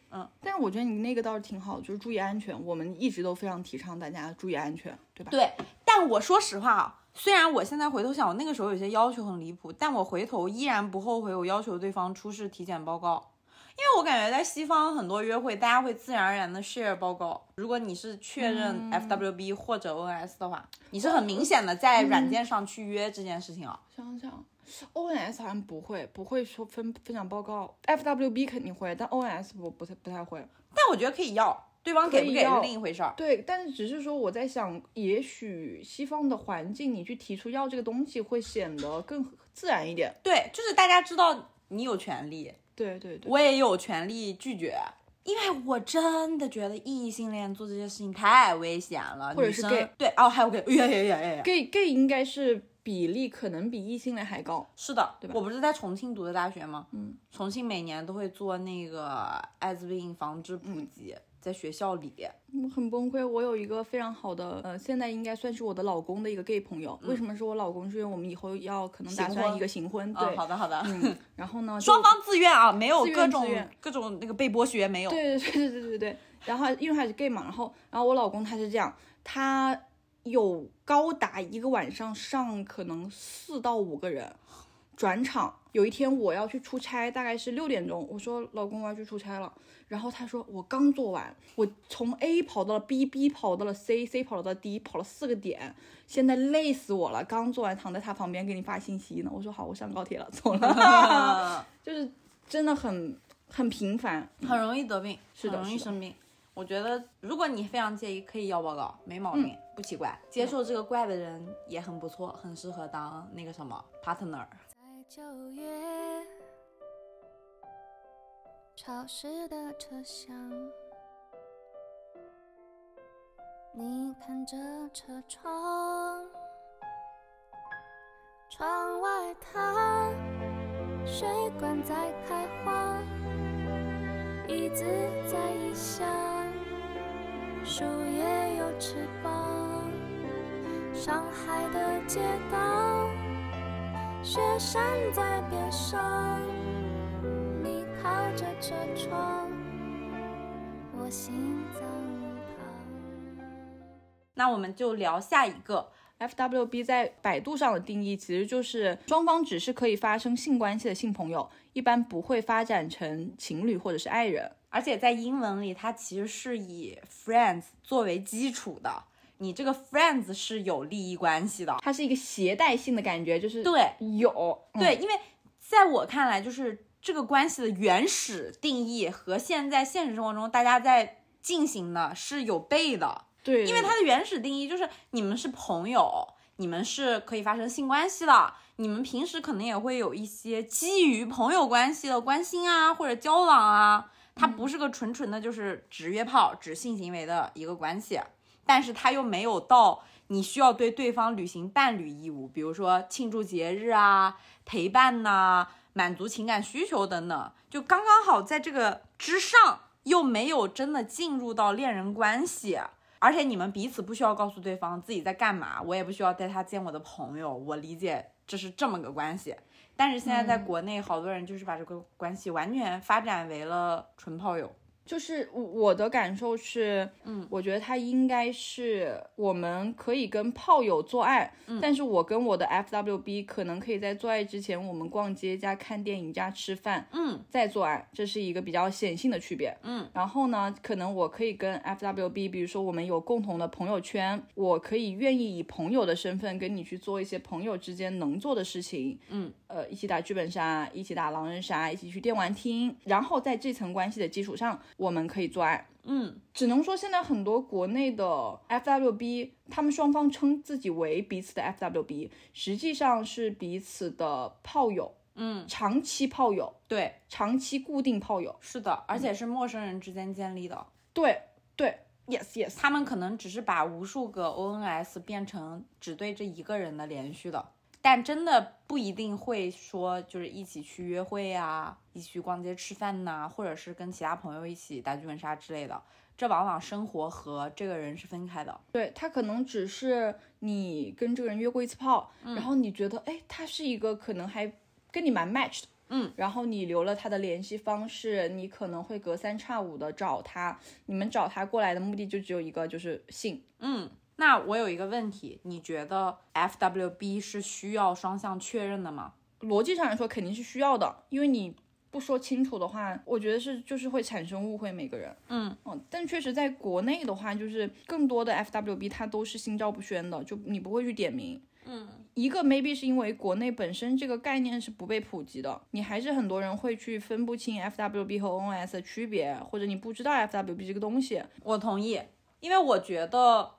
但是我觉得你那个倒是挺好，就是注意安全，我们一直都非常提倡大家注意安全，对吧？ 对，但我说实话啊，虽然我现在回头想，我那个时候有些要求很离谱，但我回头依然不后悔我要求对方出示体检报告，因为我感觉在西方很多约会，大家会自然而然的 share 报告。如果你是确认 FWB 或者 ONS 的话，你是很明显的在软件上去约这件事情啊。 想想 ONS 好像不会说分享报告 ，FWB 肯定会，但 ONS 不太会。 但我觉得可以要，对方给不给是另一回事儿。 对，但是只是说我在想，也许西方的环境，你去提出要这个东西会显得更自然一点。 对，就是大家知道你有权利， 对， 我也有权利拒绝。因为我真的觉得异性恋做这些事情太危险了， 或者是 gay， 对哦，还有 gay，gay 应该是比例可能比异性恋还高。 是的， 对吧？ 我不是在重庆读的大学吗？重庆每年都会做那个艾滋病防治普及，在学校里。 很崩溃。我有一个非常好的现在应该算是我的老公的一个 gay 朋友。为什么是我老公？是因为我们以后要可能打算一个行婚。对， 好的。 然后呢， 双方自愿啊，没有各种那个被剥削，没有。 对。然后因为他是 gay 嘛，然后我老公他是这样，他有高达一个晚上上可能4到5个人转场。有一天我要去出差，大概是6点钟，我说老公我要去出差了，然后他说我刚做完，我从 A 跑到了 B 跑到了 C 跑到了 D， 跑了4个点，现在累死我了，刚做完躺在他旁边给你发信息呢。我说好，我上高铁了，走了。就是真的很频繁， 很容易得病， 是的， 很容易生病。我觉得如果你非常介意，可以要报告，没毛病，不奇怪。接受这个怪的人也很不错，很适合当那个什么 partner。 在9月潮湿的车厢，你看着车窗，窗外它水管在开花，椅子在异乡，树叶有翅膀，上海的街道，雪山在边上，你靠着车窗，我心脏旁。 那我们就聊下一个。 FWB 在百度上的定义其实就是双方只是可以发生性关系的性朋友，一般不会发展成情侣或者是爱人。 而且在英文里它其实是以 friends 作为基础的，你这个 friends 是有利益关系的， 它是一个携带性的感觉，就是对对， 因为在我看来，就是这个关系的原始定义和现在现实生活中大家在进行的是有悖的。 对， 因为它的原始定义就是你们是朋友，你们是可以发生性关系的，你们平时可能也会有一些基于朋友关系的关心啊或者交往啊，它不是个纯纯的就是只约炮只性行为的一个关系，但是它又没有到你需要对对方履行伴侣义务，比如说庆祝节日啊、陪伴呐、满足情感需求等等，就刚刚好在这个之上，又没有真的进入到恋人关系。而且你们彼此不需要告诉对方自己在干嘛，我也不需要带他见我的朋友，我理解这是这么个关系。但是现在在国内好多人就是把这个关系完全发展为了纯炮友。 就是我的感受是，我觉得它应该是我们可以跟炮友做爱，但是我跟我的 FWB 可能可以在做爱之前，我们逛街加看电影加吃饭，再做爱，这是一个比较显性的区别。然后呢，可能我可以跟 FWB， 比如说我们有共同的朋友圈，我可以愿意以朋友的身份跟你去做一些朋友之间能做的事情，一起打剧本杀，一起打狼人杀，一起去电玩厅，然后在这层关系的基础上，我们可以做爱。只能说现在很多国内的 FWB 他们双方称自己为彼此的 FWB， 实际上是彼此的炮友，长期炮友， 对， 长期固定炮友， 是的，而且是陌生人之间建立的。 对 yes， 他们可能只是把无数个 ONS 变成只对这一个人的连续的，但真的不一定会说就是一起去约会啊，一起去逛街吃饭呐，或者是跟其他朋友一起打剧本杀之类的，这往往生活和这个人是分开的。 对，他可能只是你跟这个人约过一次炮，然后你觉得他是一个可能还跟你蛮 match 的， 然后你留了他的联系方式，你可能会隔三差五的找他，你们找他过来的目的就只有一个，就是性。 那我有一个问题，你觉得 FWB 是需要双向确认的吗？ 逻辑上来说肯定是需要的，因为你不说清楚的话，我觉得就是会产生误会，每个人。但确实在国内的话，就是更多的 FWB 它都是心照不宣的，就你不会去点名。一个 maybe 是因为国内本身这个概念是不被普及的，你还是很多人会去分不清 FWB 和 ONS 的区别，或者你不知道 FWB 这个东西。 我同意，因为我觉得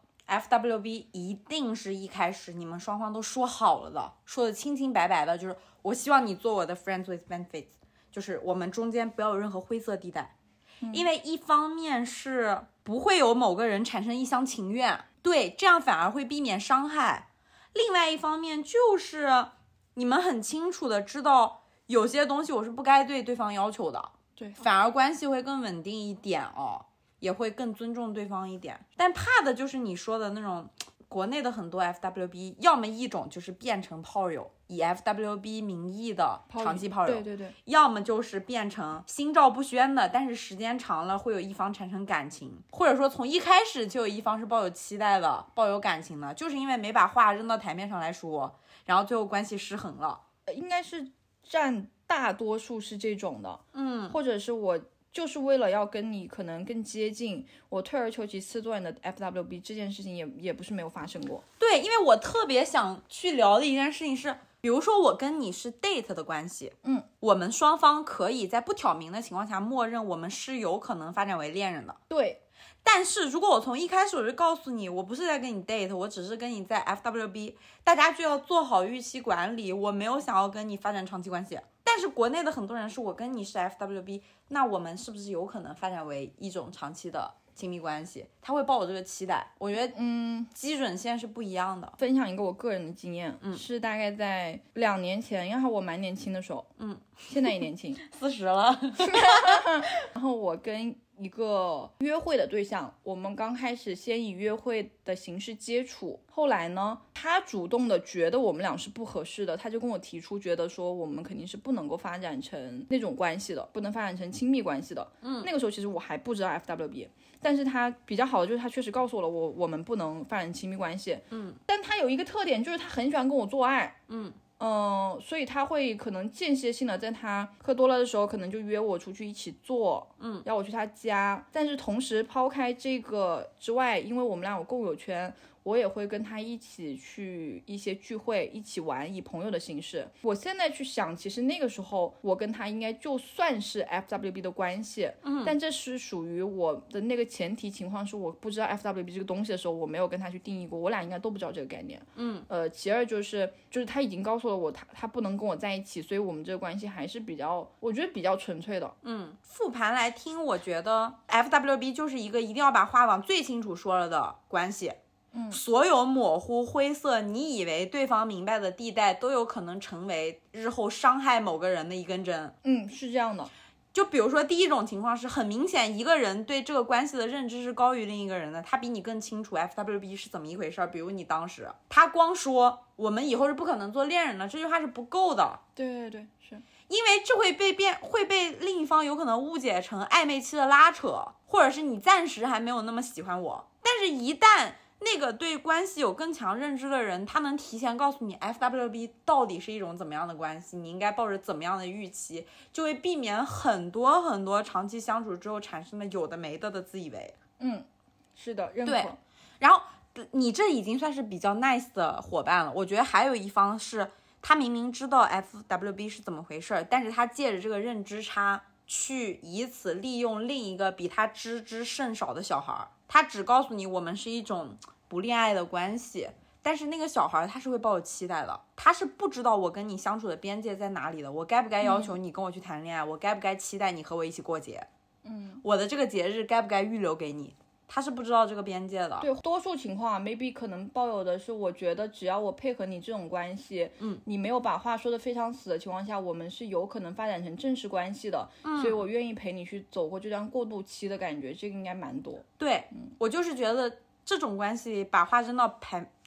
FWB 一定是一开始你们双方都说好了的，说的清清白白的，就是我希望你做我的 friends with benefits， 就是我们中间不要有任何灰色地带。因为一方面是不会有某个人产生一厢情愿，对，这样反而会避免伤害。另外一方面就是你们很清楚的知道有些东西我是不该对对方要求的， 对， 反而关系会更稳定一点哦，也会更尊重对方一点。但怕的就是你说的那种国内的很多 FWB， 要么一种就是变成炮友，以 FWB 名义的长期炮友， 对， 要么就是变成心照不宣的，但是时间长了会有一方产生感情，或者说从一开始就有一方是抱有期待的，抱有感情的，就是因为没把话扔到台面上来说，然后最后关系失衡了。 应该是占大多数是这种的，或者是我就是为了要跟你可能更接近，我退而求其次做你的 FWB， 这件事情也不是没有发生过。 对，因为我特别想去聊的一件事情是，比如说我跟你是 date 的关系，我们双方可以在不挑明的情况下默认我们是有可能发展为恋人的。 对， 但是如果我从一开始我就告诉你我不是在跟你 date， 我只是跟你在 FWB， 大家就要做好预期管理，我没有想要跟你发展长期关系。但是国内的很多人是我跟你是 FWB， 那我们是不是有可能发展为一种长期的亲密关系？他会抱我这个期待，我觉得基准线是不一样的。 分享一个我个人的经验，是大概在2年前，因为我蛮年轻的时候，现在也年轻 ，40了。 然后我跟一个约会的对象，我们刚开始先以约会的形式接触，后来呢，他主动的觉得我们俩是不合适的，他就跟我提出，觉得说我们肯定是不能够发展成那种关系的，不能发展成亲密关系的。那个时候其实我还不知道 FWB， 但是他比较好的就是他确实告诉我了我们不能发展亲密关系。但他有一个特点，就是他很喜欢跟我做爱。所以他会可能间歇性的在他喝多了的时候，可能就约我出去一起做，要我去他家。但是同时抛开这个之外，因为我们俩有共有圈，我也会跟他一起去一些聚会，一起玩，以朋友的形式。我现在去想，其实那个时候我跟他应该就算是 FWB 的关系，但这是属于我的那个前提情况是我不知道 FWB 这个东西的时候，我没有跟他去定义过，我俩应该都不知道这个概念。其二就是他已经告诉了我他不能跟我在一起，所以我们这个关系还是我觉得比较纯粹的。 复盘来听，我觉得 FWB 就是一个一定要把话往最清楚说了的关系。所有模糊灰色你以为对方明白的地带都有可能成为日后伤害某个人的一根针。 是这样的。 就比如说第一种情况是很明显一个人对这个关系的认知是高于另一个人的，他比你更清楚 FWB 是怎么一回事。比如你当时他光说我们以后是不可能做恋人的，这句话是不够的。 对，是因为这会被另一方有可能误解成暧昧期的拉扯，或者是你暂时还没有那么喜欢我。但是一旦那个对关系有更强认知的人，他能提前告诉你 FWB 到底是一种怎么样的关系，你应该抱着怎么样的预期，就会避免很多很多长期相处之后产生的有的没的自以为。 是的，认可。 对，然后你这已经算是比较 nice 的伙伴了。我觉得还有一方是他明明知道 FWB 是怎么回事，但是他借着这个认知差去以此利用另一个比他知之甚少的小孩。他只告诉你我们是一种不恋爱的关系，但是那个小孩他是会抱有期待的，他是不知道我跟你相处的边界在哪里的，我该不该要求你跟我去谈恋爱，我该不该期待你和我一起过节，我的这个节日该不该预留给你，他是不知道这个边界的。 对，多数情况maybe 可能抱有的是，我觉得只要我配合你这种关系，你没有把话说得非常死的情况下，我们是有可能发展成正式关系的，所以我愿意陪你去走过这段过渡期的感觉，这个应该蛮多。 对，我就是觉得这种关系把话扔到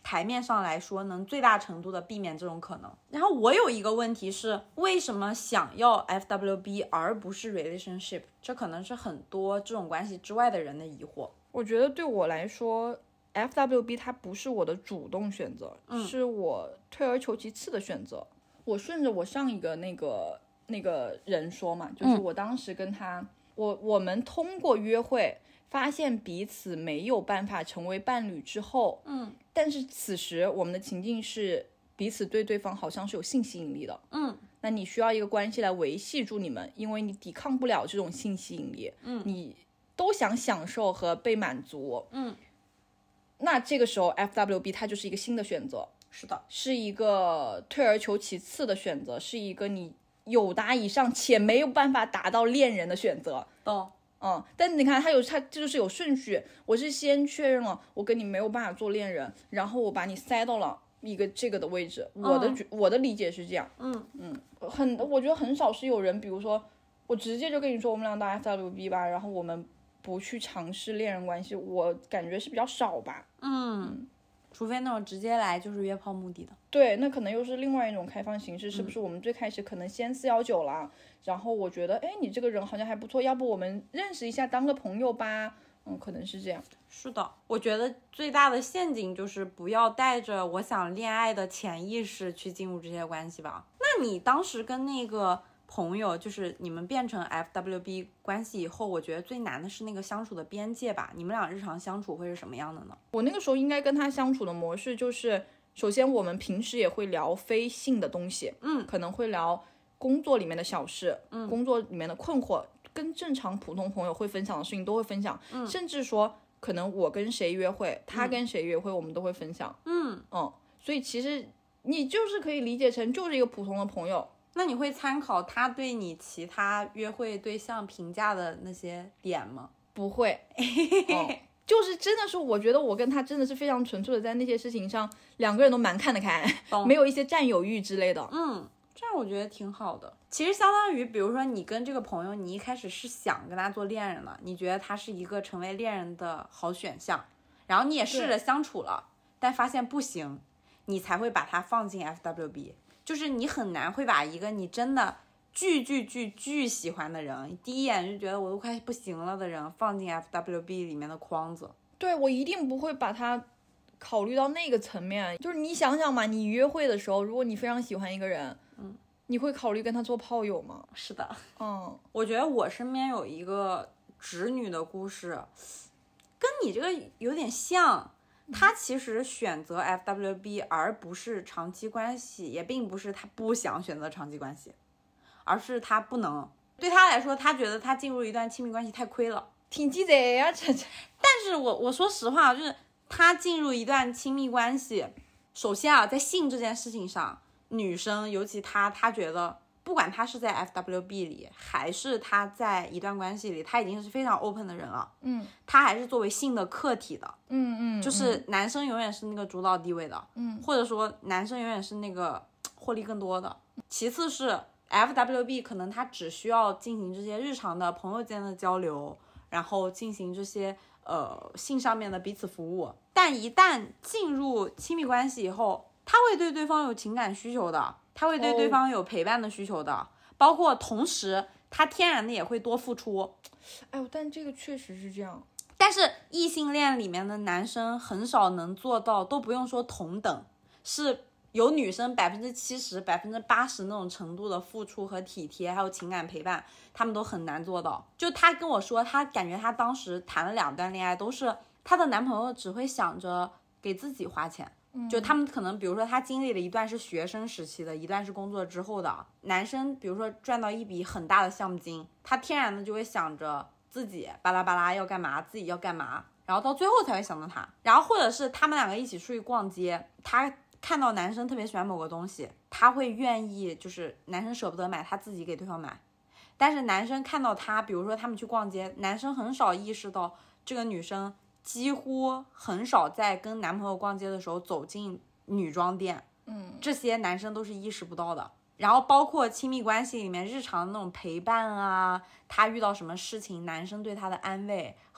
台面上来说能最大程度的避免这种可能。然后我有一个问题是，为什么想要 FWB 而不是 relationship？ 这可能是很多这种关系之外的人的疑惑。 我觉得对我来说 FWB 它不是我的主动选择，是我退而求其次的选择。我顺着我上一个那个人说嘛，就是我当时跟他，我们通过约会发现彼此没有办法成为伴侣之后，但是此时我们的情境是彼此对对方好像是有性吸引力的，那你需要一个关系来维系住你们，因为你抵抗不了这种性吸引力，你都想享受和被满足，那这个时候 FWB 它就是一个新的选择， 是的， 是一个退而求其次的选择，是一个你有达以上且没有办法达到恋人的选择。但你看它这就是有顺序，我是先确认了我跟你没有办法做恋人，然后我把你塞到了一个这个的位置，我的理解是这样。我觉得很少是有人，比如说我直接就跟你说我们俩当 FWB 吧，然后我们不去尝试恋人关系，我感觉是比较少吧。 除非那种直接来就是约炮目的的。 对，那可能又是另外一种开放形式，是不是我们最开始可能先419了，然后我觉得你这个人好像还不错，要不我们认识一下当个朋友吧，可能是这样。 是的，我觉得最大的陷阱就是不要带着我想恋爱的潜意识去进入这些关系吧。那你当时跟那个朋友，就是你们变成 FWB 关系以后，我觉得最难的是那个相处的边界吧。你们俩日常相处会是什么样的呢？ 我那个时候应该跟他相处的模式就是，首先我们平时也会聊非性的东西，可能会聊工作里面的小事，工作里面的困惑，跟正常普通朋友会分享的事情都会分享，甚至说可能我跟谁约会，他跟谁约会，我们都会分享，所以其实你就是可以理解成就是一个普通的朋友。 那你会参考他对你其他约会对象评价的那些点吗？ 不会，就是真的是我觉得我跟他真的是非常纯粹的在那些事情上两个人都蛮看得开，没有一些占有欲之类的。 这样我觉得挺好的。其实相当于比如说你跟这个朋友，你一开始是想跟他做恋人了，你觉得他是一个成为恋人的好选项，然后你也试着相处了，但发现不行，你才会把他放进 FWB。就是你很难会把一个你真的巨喜欢的人，第一眼就觉得我都快不行了的人放进 FWB 里面的框子。 对，我一定不会把他考虑到那个层面。就是你想想嘛，你约会的时候，如果你非常喜欢一个人，你会考虑跟他做炮友吗？ 是的，我觉得我身边有一个直女的故事，跟你这个有点像。他其实选择 FWB 而不是长期关系，也并不是他不想选择长期关系，而是他不能。对他来说，他觉得他进入一段亲密关系太亏了， 挺鸡贼呀这。 但是我说实话，就是他进入一段亲密关系，首先在性这件事情上，女生尤其他觉得不管他是在 FWB 里还是他在一段关系里，他已经是非常 open 的人了，他还是作为性的客体的，就是男生永远是那个主导地位的，或者说男生永远是那个获利更多的。其次是 FWB 可能他只需要进行这些日常的朋友间的交流，然后进行这些性上面的彼此服务，但一旦进入亲密关系以后，他会对对方有情感需求的，他会对对方有陪伴的需求的，包括同时他天然的也会多付出。 但这个确实是这样。 但是异性恋里面的男生很少能做到，都不用说同等，是有女生70%、80%那种程度的付出和体贴，还有情感陪伴，他们都很难做到。就他跟我说，他感觉他当时谈了2段恋爱，都是她的男朋友只会想着给自己花钱。就他们可能比如说他经历了一段是学生时期的，一段是工作之后的。男生比如说赚到一笔很大的项目金，他天然的就会想着自己巴拉巴拉要干嘛，自己要干嘛，然后到最后才会想到他。然后或者是他们两个一起出去逛街，他看到男生特别喜欢某个东西，他会愿意就是男生舍不得买，他自己给对方买。但是男生看到他，比如说他们去逛街，男生很少意识到这个女生几乎很少在跟男朋友逛街的时候走进女装店，这些男生都是意识不到的。然后包括亲密关系里面日常的那种陪伴啊，他遇到什么事情，男生对他的安慰和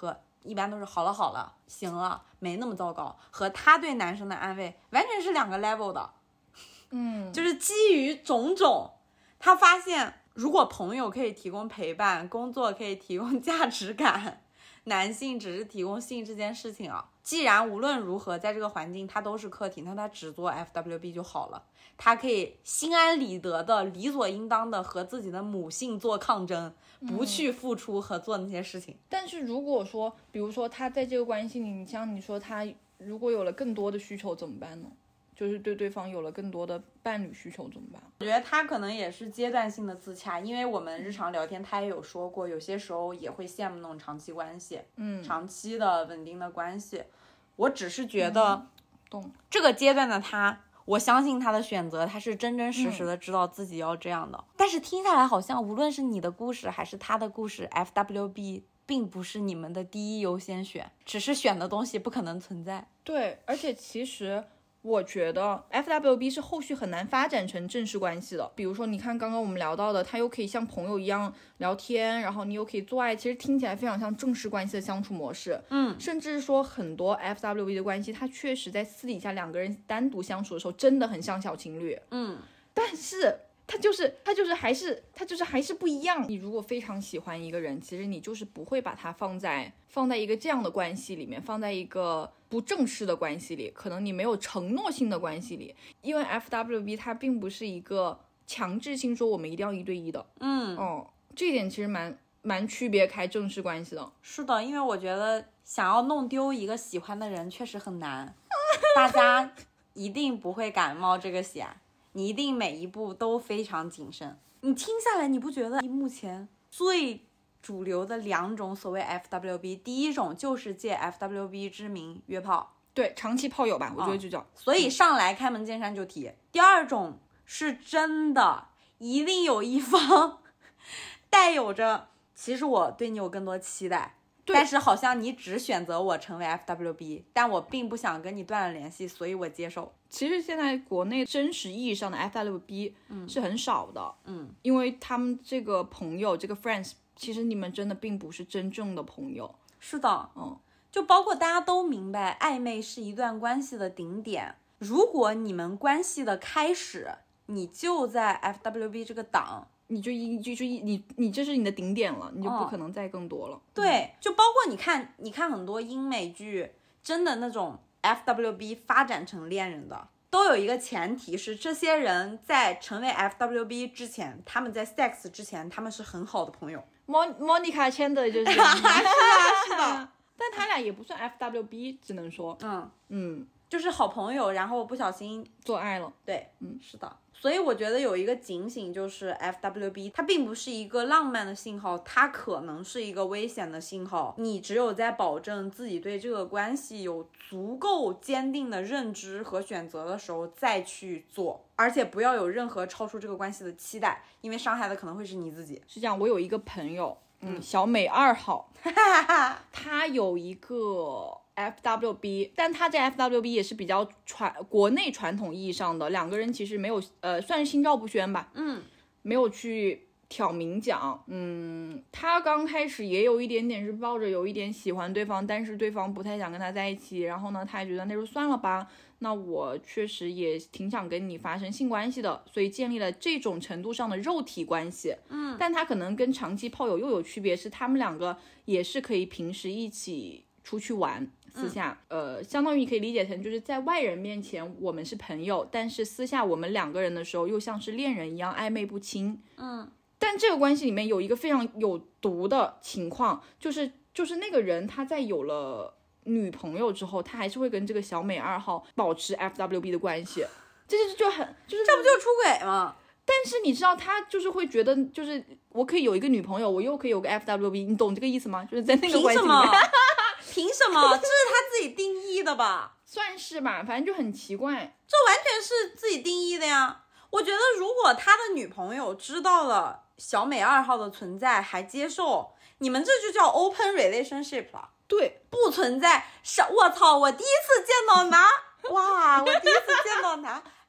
一般都是好了，行了，没那么糟糕，和他对男生的安慰完全是2个 level 的。就是基于种种，他发现如果朋友可以提供陪伴，工作可以提供价值感，男性只是提供性这件事情啊，既然无论如何在这个环境他都是客体，那他只做 FWB 就好了，他可以心安理得的理所应当的和自己的母性做抗争，不去付出和做那些事情。 但是如果说比如说他在这个关系里，你像你说他如果有了更多的需求怎么办呢？就是对对方有了更多的伴侣需求怎么办？ 我觉得他可能也是阶段性的自洽，因为我们日常聊天他也有说过，有些时候也会羡慕那种长期关系，长期的稳定的关系。我只是觉得，这个阶段的他，我相信他的选择，他是真真实实的知道自己要这样的。但是听下来好像无论是你的故事还是他的故事 ，FWB 并不是你们的第一优先选，只是选的东西不可能存在。 对，而且其实我觉得 FWB 是后续很难发展成正式关系的。比如说你看刚刚我们聊到的，他又可以像朋友一样聊天，然后你又可以做爱，其实听起来非常像正式关系的相处模式。甚至说很多 FWB 的关系，他确实在私底下2个人单独相处的时候真的很像小情侣。但是他就是还是不一样。你如果非常喜欢一个人，其实你就是不会把他放在一个这样的关系里面，放在一个不正式的关系里，可能你没有承诺性的关系里，因为 FWB 它并不是一个强制性说我们一定要1对1的。这一点其实蛮区别开正式关系的。 是的，因为我觉得想要弄丢一个喜欢的人确实很难，大家一定不会感冒这个险，你一定每一步都非常谨慎。你听下来，你不觉得目前最主流的2种所谓 FWB， 第一种就是借 FWB 之名约炮， 对，长期炮友吧，我觉得就叫。 所以上来开门见山就提。第二种是真的一定有一方带有着其实我对你有更多期待，但是好像你只选择我成为 FWB， 但我并不想跟你断了联系，所以我接受。 其实现在国内真实意义上的 FWB 是很少的，因为他们这个朋友这个 friends， 其实你们真的并不是真正的朋友。 是的，就包括大家都明白暧昧是一段关系的顶点，如果你们关系的开始你就在 FWB 这个档， 你这是你的顶点了，你就不可能再更多了。 对，就包括你看很多英美剧，真的那种 FWB 发展成恋人的，都有一个前提是这些人在成为 FWB 之前，他们在 sex 之前他们是很好的朋友。 Monica 签的就是是的但他俩也不算 FWB， 只能说就是好朋友，然后不小心做爱了。 对，是的。所以我觉得有一个警醒，就是 FWB 它并不是一个浪漫的信号，它可能是一个危险的信号。你只有在保证自己对这个关系有足够坚定的认知和选择的时候再去做，而且不要有任何超出这个关系的期待，因为伤害的可能会是你自己。 是这样，我有一个朋友小美2号他有一个FWB， 但他这 FWB 也是比较国内传统意义上的，2个人其实没有算是心照不宣吧，没有去挑明讲。他刚开始也有一点点是抱着有一点喜欢对方，但是对方不太想跟他在一起，然后呢他也觉得那就算了吧，那我确实也挺想跟你发生性关系的，所以建立了这种程度上的肉体关系。但他可能跟长期炮友又有区别，是他们2个也是可以平时一起出去玩，私下相当于你可以理解成就是在外人面前我们是朋友，但是私下我们2个人的时候又像是恋人一样暧昧不清。但这个关系里面有一个非常有毒的情况，就是那个人他在有了女朋友之后，他还是会跟这个小美2号保持 FWB 的关系，这就很就是这不就出轨吗？ 但是你知道他就是会觉得就是我可以有一个女朋友，我又可以有个 FWB， 你懂这个意思吗？就是在那个关系里面凭什么？这是他自己定义的吧？ 算是吧，反正就很奇怪， 这完全是自己定义的呀。我觉得如果他的女朋友知道了小美2号的存在还接受，你们这就叫 open relationship 了。 对， 不存在我操，我第一次见到男哇，我第一次见到男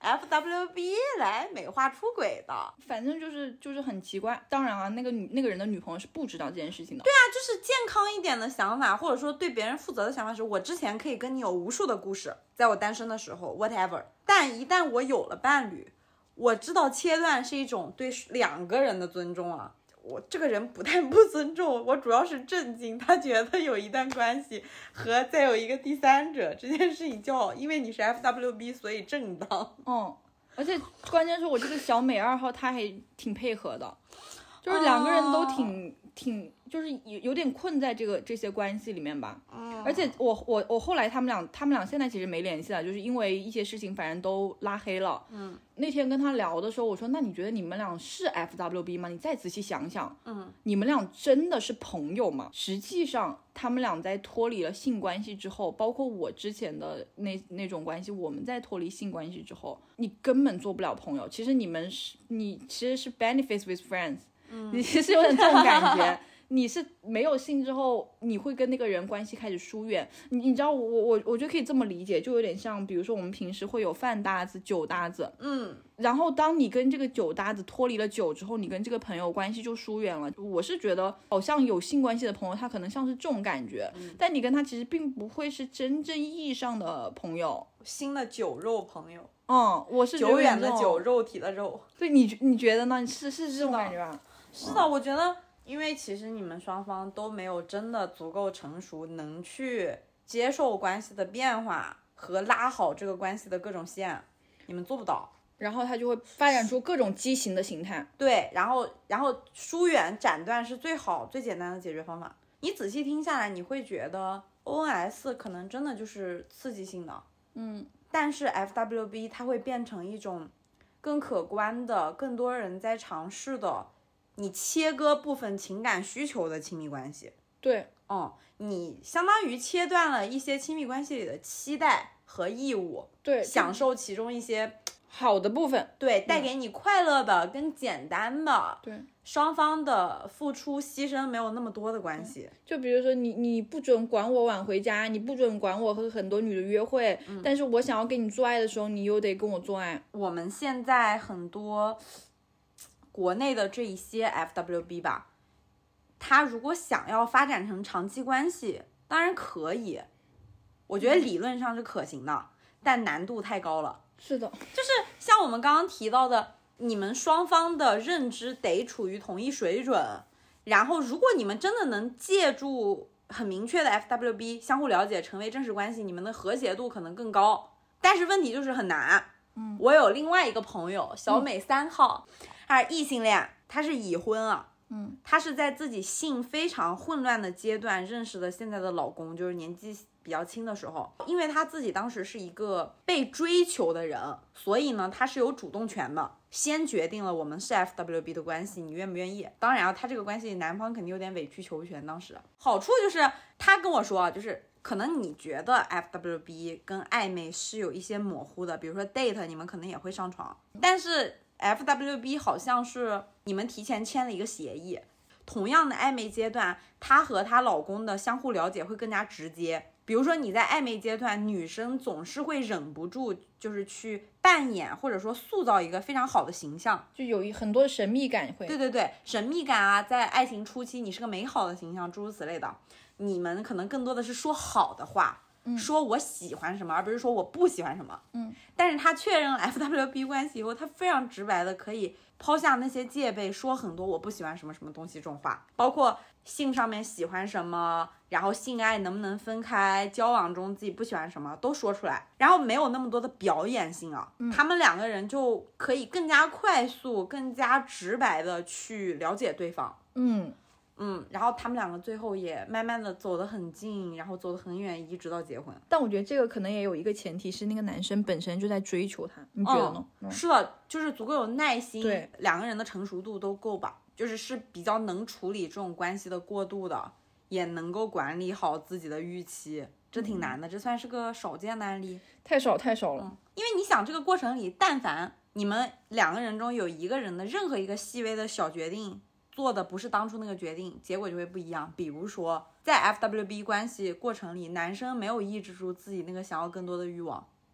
FWB 来美化出轨的。 反正就是很奇怪。当然啊，那个人的女朋友是不知道这件事情的。 对啊，就是健康一点的想法，或者说对别人负责的想法是，我之前可以跟你有无数的故事，在我单身的时候 whatever， 但一旦我有了伴侣，我知道切断是一种对两个人的尊重啊。我这个人不但不尊重我，主要是震惊他觉得有一段关系和再有一个第三者这件事情叫因为你是 FWB 所以正当。 而且关键是我这个小美2号他还挺配合的，就是两个人都挺就是有点困在这些关系里面吧。而且我后来他们俩现在其实没联系了，就是因为一些事情反正都拉黑了。那天跟他聊的时候我说，那你觉得你们俩是 FWB 吗？你再仔细想想，你们俩真的是朋友吗？实际上他们俩在脱离了性关系之后，包括我之前的那种关系，我们在脱离性关系之后，你根本做不了朋友。其实你其实是 benefits with friends，你其实有点这种感觉。你是没有性之后，你会跟那个人关系开始疏远。你知道我觉得可以这么理解，就有点像比如说我们平时会有饭搭子酒搭子，然后当你跟这个酒搭子脱离了酒之后，你跟这个朋友关系就疏远了。我是觉得好像有性关系的朋友他可能像是这种感觉，但你跟他其实并不会是真正意义上的朋友， 新的酒肉朋友。 我是久远的酒，肉体的肉。 对，你觉得呢？是这种感觉吧？ 是的，我觉得因为其实你们双方都没有真的足够成熟，能去接受关系的变化和拉好这个关系的各种线，你们做不到。 然后他就会发展出各种畸形的形态。 对，然后疏远斩断是最好最简单的解决方法。你仔细听下来，你会觉得 ONS 可能真的就是刺激性的，但是 FWB 它会变成一种更可观的、更多人在尝试的。你切割部分情感需求的亲密关系。 对， 你相当于切断了一些亲密关系里的期待和义务， 对， 享受其中一些好的部分， 对，带给你快乐的更简单的， 对， 双方的付出牺牲没有那么多的关系。 就比如说你不准管我晚回家，你不准管我和很多女的约会，但是我想要跟你做爱的时候，你又得跟我做爱。 我们现在很多国内的这一些 FWB 吧，他如果想要发展成长期关系，当然可以，我觉得理论上是可行的，但难度太高了。 是的， 就是像我们刚刚提到的，你们双方的认知得处于同一水准，然后如果你们真的能借助很明确的 FWB 相互了解成为正式关系，你们的和谐度可能更高，但是问题就是很难。我有另外一个朋友小美3号，他是异性恋，他是已婚啊，他是在自己性非常混乱的阶段认识的现在的老公，就是年纪比较轻的时候。因为他自己当时是一个被追求的人，所以呢他是有主动权的，先决定了我们是 FWB 的关系，你愿不愿意？当然他这个关系男方肯定有点委曲求全。当时好处就是他跟我说，就是可能你觉得 FWB 跟暧昧是有一些模糊的，比如说 date 你们可能也会上床，但是 FWB 好像是你们提前签了一个协议，同样的暧昧阶段，她和她老公的相互了解会更加直接。比如说你在暧昧阶段，女生总是会忍不住就是去扮演或者说塑造一个非常好的形象， 就有很多神秘感会。 对对对，神秘感啊，在爱情初期你是个美好的形象，诸如此类的。你们可能更多的是说好的话，说我喜欢什么，而不是说我不喜欢什么。但是他确认了 FWB 关系以后，他非常直白的可以抛下那些戒备，说很多我不喜欢什么什么东西这种话，包括性上面喜欢什么，然后性爱能不能分开，交往中自己不喜欢什么都说出来，然后没有那么多的表演性啊，他们两个人就可以更加快速更加直白的去了解对方。然后他们两个最后也慢慢的走得很近，然后走得很远，一直到结婚。 但我觉得这个可能也有一个前提是那个男生本身就在追求她，你觉得呢？ 是的，就是足够有耐心， 对， 两个人的成熟度都够吧，就是比较能处理这种关系的过渡的，也能够管理好自己的预期，这挺难的，这算是个少见的案例， 太少了。 因为你想这个过程里，但凡你们两个人中有一个人的任何一个细微的小决定做的不是当初那个决定，结果就会不一样。比如说在 FWB 关系过程里，男生没有抑制住自己那个想要更多的欲望，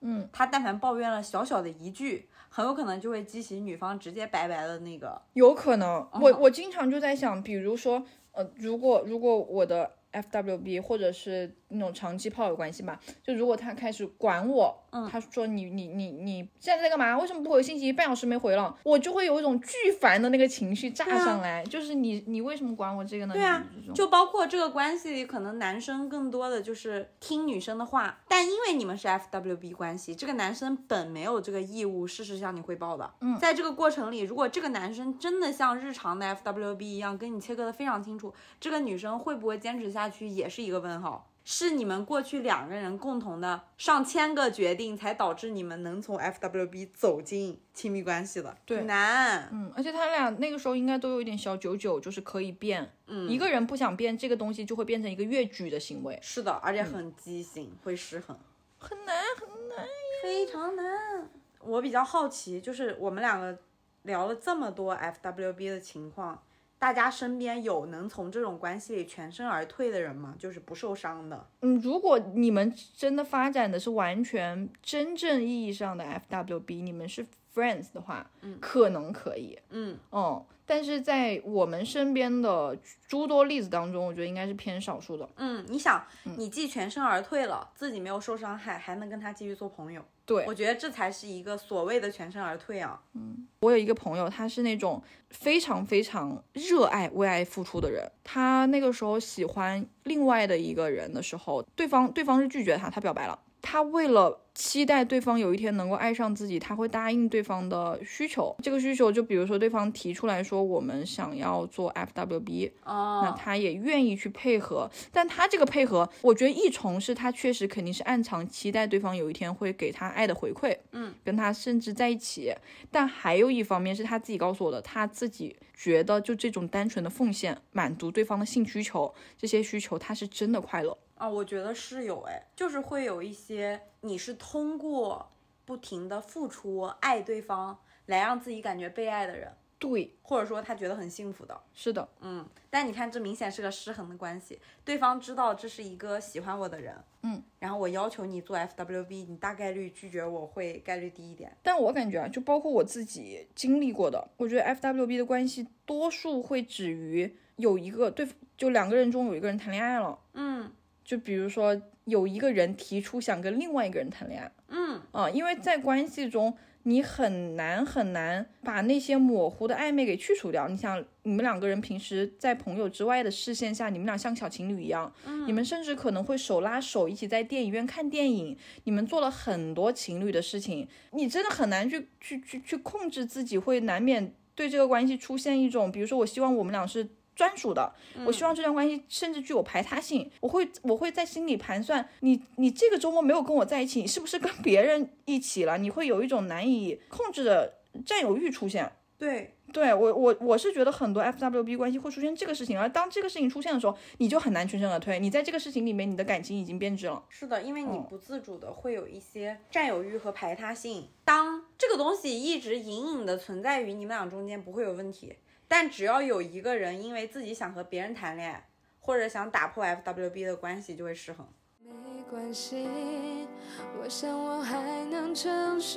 他但凡抱怨了小小的一句，很有可能就会激起女方直接拜拜的那个。 有可能，我经常就在想，比如说，如果我的 FWB 或者是那种长期炮友关系吧，就如果他开始管我，他说你现在在干嘛？为什么不回信息？半小时没回了，我就会有一种巨烦的那个情绪炸上来，就是你为什么管我这个呢？ 对啊，就包括这个关系里，可能男生更多的就是听女生的话，但因为你们是 FWB 关系，这个男生本没有这个义务事实向你汇报的。在这个过程里，如果这个男生真的像日常的 FWB 一样跟你切割的非常清楚，这个女生会不会坚持下去也是一个问号。是你们过去2个人共同的上千个决定，才导致你们能从 FWB 走进亲密关系的。 对， 难。 而且他俩那个时候应该都有一点小99，就是可以变。一个人不想变，这个东西就会变成一个越矩的行为。 是的，而且很畸形，会失衡， 很难， 非常难。我比较好奇，就是我们2个聊了这么多 FWB 的情况，大家身边有能从这种关系里全身而退的人吗？就是不受伤的。 如果你们真的发展的是完全真正意义上的 FWB， 你们是 friends 的话，可能可以。但是在我们身边的诸多例子当中，我觉得应该是偏少数的。 你想，你既全身而退了，自己没有受伤害，还能跟他继续做朋友。 对， 我觉得这才是一个所谓的全身而退啊。 我有一个朋友，他是那种非常非常热爱为爱付出的人。他那个时候喜欢另外的一个人的时候，对方是拒绝他表白了。他为了期待对方有一天能够爱上自己，他会答应对方的需求。这个需求就比如说对方提出来说我们想要做 FWB，那他也愿意去配合。但他这个配合，我觉得一重是他确实肯定是暗藏期待对方有一天会给他爱的回馈，跟他甚至在一起。但还有一方面是他自己告诉我的，他自己觉得就这种单纯的奉献，满足对方的性需求，这些需求他是真的快乐。 我觉得是有，就是会有一些你是通过不停的付出爱对方来让自己感觉被爱的人。 对， 或者说他觉得很幸福的。 是的。 但你看这明显是个失衡的关系，对方知道这是一个喜欢我的人，然后我要求你做 FWB， 你大概率拒绝我会概率低一点。 但我感觉啊，就包括我自己经历过的，我觉得 FWB 的关系多数会止于有一个就2个人中有一个人谈恋爱了。就比如说有一个人提出想跟另外一个人谈恋爱，因为在关系中你很难把那些模糊的暧昧给去除掉。你想你们2个人平时在朋友之外的视线下，你们俩像小情侣一样，你们甚至可能会手拉手一起在电影院看电影，你们做了很多情侣的事情，你真的很难去控制自己，会难免对这个关系出现一种，比如说我希望我们俩是专属的，我希望这段关系甚至具有排他性，我会在心里盘算，你这个周末没有跟我在一起，你是不是跟别人一起了？你会有一种难以控制的占有欲出现。对，我是觉得很多 FWB 关系会出现这个事情，而当这个事情出现的时候，你就很难全身而退，你在这个事情里面你的感情已经变质了。 是的，因为你不自主的会有一些占有欲和排他性，当这个东西一直隐隐的存在于你们俩中间不会有问题，但只要有一个人因为自己想和别人谈恋爱，或者想打破 FWB 的关系，就会失衡。 没关系，我想我还能承受，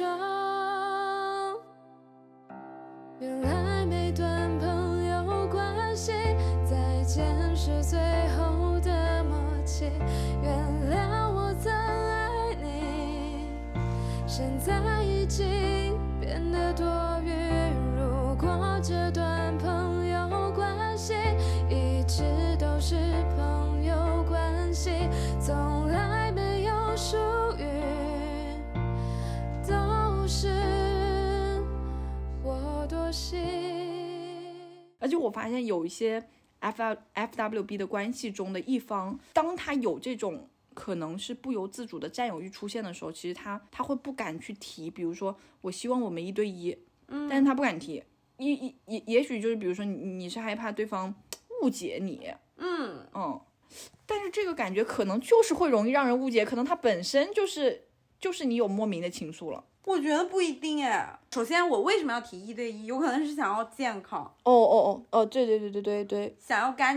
原来每段朋友关系再见是最后的默契，原谅我曾爱你，现在已经变得多余。如果这段朋友关系一直都是朋友关系，从来没有属于，都是我多心。 而且我发现有一些 FWB 的关系中的一方，当他有这种可能是不由自主的占有欲出现的时候，其实他会不敢去提，比如说我希望我们1对1，但是他不敢提，也许就是比如说你是害怕对方误解你，但是这个感觉可能就是会容易让人误解，可能他本身就是你有莫名的情愫了。 我觉得不一定哎。首先，我为什么要提1对1？有可能是想要健康。 对， 想要干净。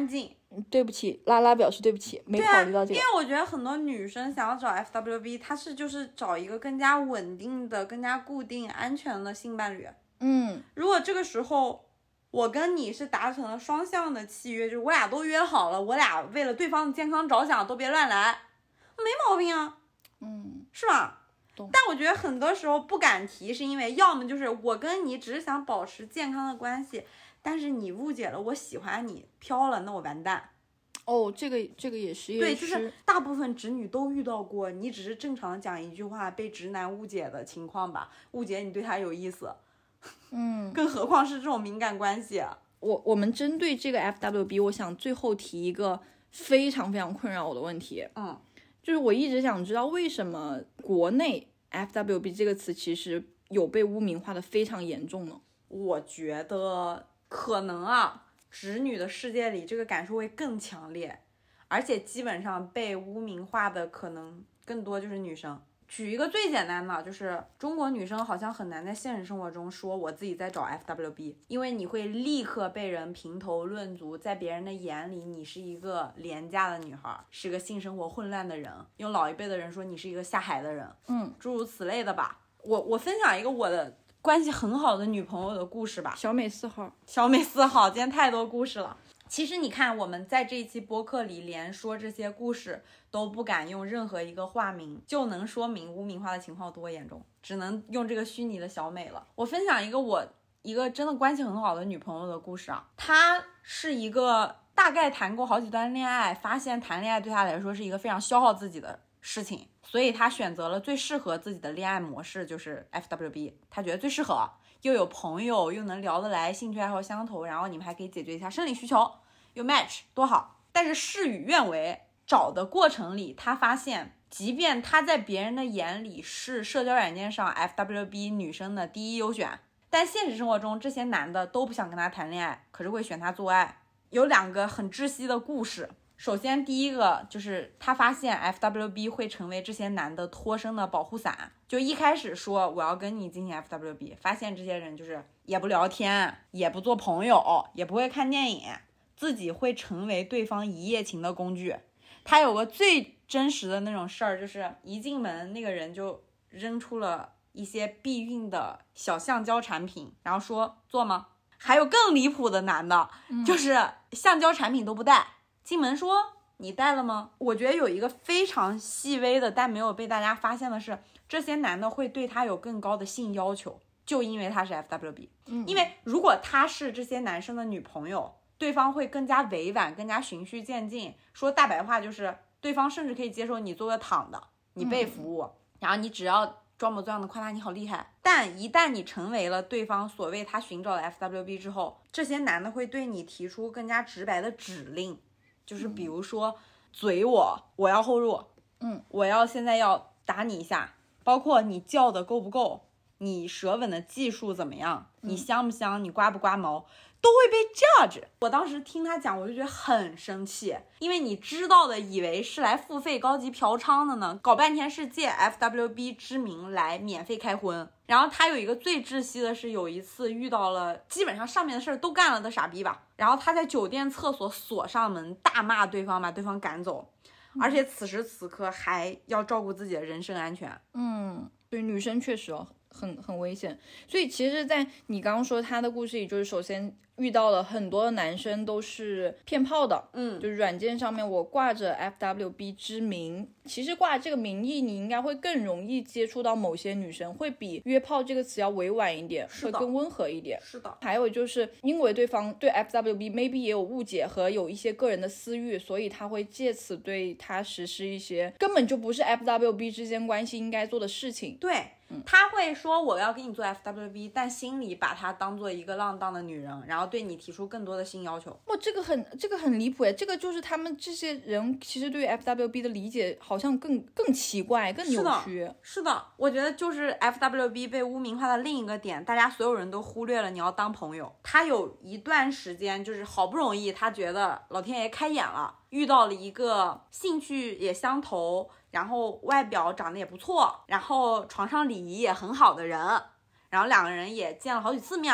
对不起，拉拉表示对不起，没考虑到这个。 因为我觉得很多女生想要找 FWB， 她是就是找一个更加稳定的、更加固定、安全的性伴侣。如果这个时候我跟你是达成了双向的契约，就是我俩都约好了，我俩为了对方的健康着想，都别乱来，没毛病啊。是吧？但我觉得很多时候不敢提，是因为要么就是我跟你只是想保持健康的关系，但是你误解了我喜欢你，飘了，那我完蛋。 这个也是， 对，就是大部分直女都遇到过，你只是正常的讲一句话被直男误解的情况吧，误解你对他有意思。更何况是这种敏感关系。 我们针对这个 FWB， 我想最后提一个非常非常困扰我的问题。就是我一直想知道为什么国内 FWB 这个词其实有被污名化的非常严重呢？ 我觉得可能啊，直女的世界里这个感受会更强烈，而且基本上被污名化的可能更多就是女生。举一个最简单的，就是中国女生好像很难在现实生活中说我自己在找 FWB， 因为你会立刻被人评头论足，在别人的眼里你是一个廉价的女孩，是个性生活混乱的人，用老一辈的人说你是一个下海的人，诸如此类的吧。我分享一个我的关系很好的女朋友的故事吧。 小美4号， 今天太多故事了。其实你看，我们在这一期播客里连说这些故事都不敢用任何一个化名，就能说明污名化的情况多严重，只能用这个虚拟的小美了。我分享我一个真的关系很好的女朋友的故事啊。她是一个大概谈过好几段恋爱，发现谈恋爱对她来说是一个非常消耗自己的事情，所以她选择了最适合自己的恋爱模式，就是 FWB。她觉得最适合，又有朋友，又能聊得来，兴趣爱好相投，然后你们还可以解决一下生理需求，又 match， 多好。但是事与愿违，找的过程里他发现，即便他在别人的眼里是社交软件上 FWB 女生的第一优选，但现实生活中这些男的都不想跟他谈恋爱，可是会选他做爱。有2个很窒息的故事。首先第一个就是他发现 FWB 会成为这些男的脱身的保护伞，就一开始说我要跟你进行 FWB， 发现这些人就是也不聊天，也不做朋友，也不会看电影，自己会成为对方一夜情的工具。他有个最真实的那种事儿，就是一进门那个人就扔出了一些避孕的小橡胶产品，然后说做吗？还有更离谱的男的，就是橡胶产品都不带，进门说你带了吗？我觉得有一个非常细微的但没有被大家发现的是，这些男的会对他有更高的性要求，就因为他是 FWB。因为如果他是这些男生的女朋友，对方会更加委婉，更加循序渐进，说大白话就是对方甚至可以接受你做个躺的，你被服务，然后你只要装模作样的夸他你好厉害。但一旦你成为了对方所谓他寻找的 FWB 之后，这些男的会对你提出更加直白的指令，就是比如说嘴我要后入，我要现在要打你一下，包括你叫的够不够，你舌吻的技术怎么样，你香不香，你刮不刮毛，都会被 judge。 我当时听他讲我就觉得很生气，因为你知道的以为是来付费高级嫖娼的呢，搞半天是借 FWB 之名来免费开荤。然后他有一个最窒息的是，有一次遇到了基本上上面的事儿都干了的傻逼吧，然后他在酒店厕所锁上门，大骂对方，把对方赶走，而且此时此刻还要照顾自己的人身安全。 对，女生确实很危险。所以其实在你刚刚说他的故事里，就是首先遇到了很多的男生都是骗炮的，就是软件上面我挂着 FWB 之名，其实挂这个名义你应该会更容易接触到某些女生，会比约炮这个词要委婉一点，会更温和一点。 是的。 还有就是因为对方对 FWB maybe 也有误解和有一些个人的私欲，所以他会借此对他实施一些根本就不是 FWB 之间关系应该做的事情。 对，他会说我要给你做 FWB， 但心里把他当做一个浪荡的女人，然后对你提出更多的性要求。 哇，这个很离谱哎！这个就是他们这些人其实对于 FWB 的理解好像更奇怪、更扭曲。 是的，我觉得就是 FWB 被污名化的另一个点，大家所有人都忽略了你要当朋友。他有一段时间就是好不容易，他觉得老天爷开眼了，遇到了一个兴趣也相投，然后外表长得也不错，然后床上礼仪也很好的人，然后2个人也见了好几次面了，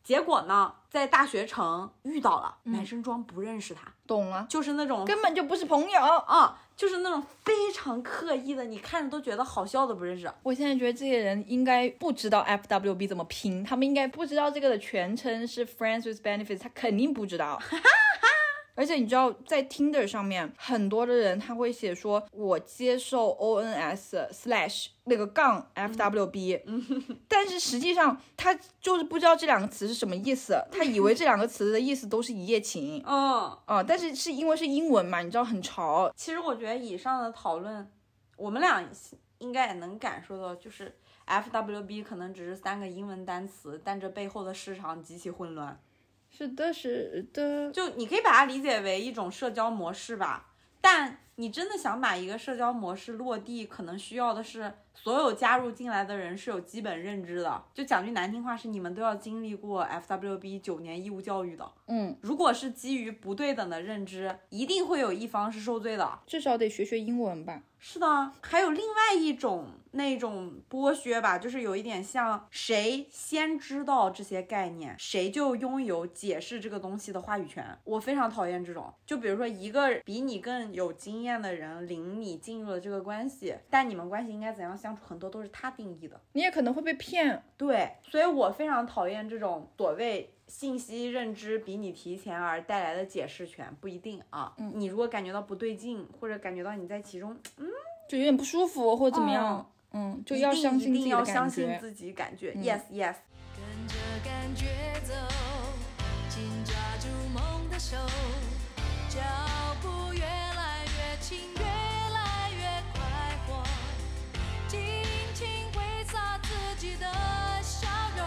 结果呢在大学城遇到了，男生装不认识他， 懂了， 就是那种根本就不是朋友啊，就是那种非常刻意的，你看着都觉得好笑的不认识。 我现在觉得这些人应该不知道 FWB 怎么拼，他们应该不知道这个的全称是 Friends with Benefits， 他肯定不知道。而且你知道在 Tinder 上面很多的人他会写说我接受 ONS/ 那个杠 FWB，但是实际上他就是不知道这两个词是什么意思，他以为这两个词的意思都是一夜情。但是是因为是英文嘛，你知道很潮。 其实我觉得以上的讨论我们俩应该也能感受到，就是 FWB 可能只是3个英文单词，但这背后的市场极其混乱。 是的，是的， 就你可以把它理解为一种社交模式吧，但你真的想把一个社交模式落地，可能需要的是所有加入进来的人是有基本认知的。就讲句难听话，是你们都要经历过 FWB 9年义务教育的。如果是基于不对等的认知，一定会有一方是受罪的， 至少得学学英文吧。 是的，还有另外一种那种剥削吧，就是有一点像谁先知道这些概念，谁就拥有解释这个东西的话语权。我非常讨厌这种，就比如说一个比你更有经验的人领你进入了这个关系，但你们关系应该怎样相处，很多都是他定义的， 你也可能会被骗。 对，所以我非常讨厌这种所谓信息认知比你提前而带来的解释权。不一定啊，你如果感觉到不对劲，或者感觉到你在其中就有点不舒服或怎么样，就要相信自己的感觉， 一定要相信自己感觉。yes。 跟着感觉走，紧抓住梦的手，脚步越来越轻，越来越快活，尽情挥洒自己的笑容，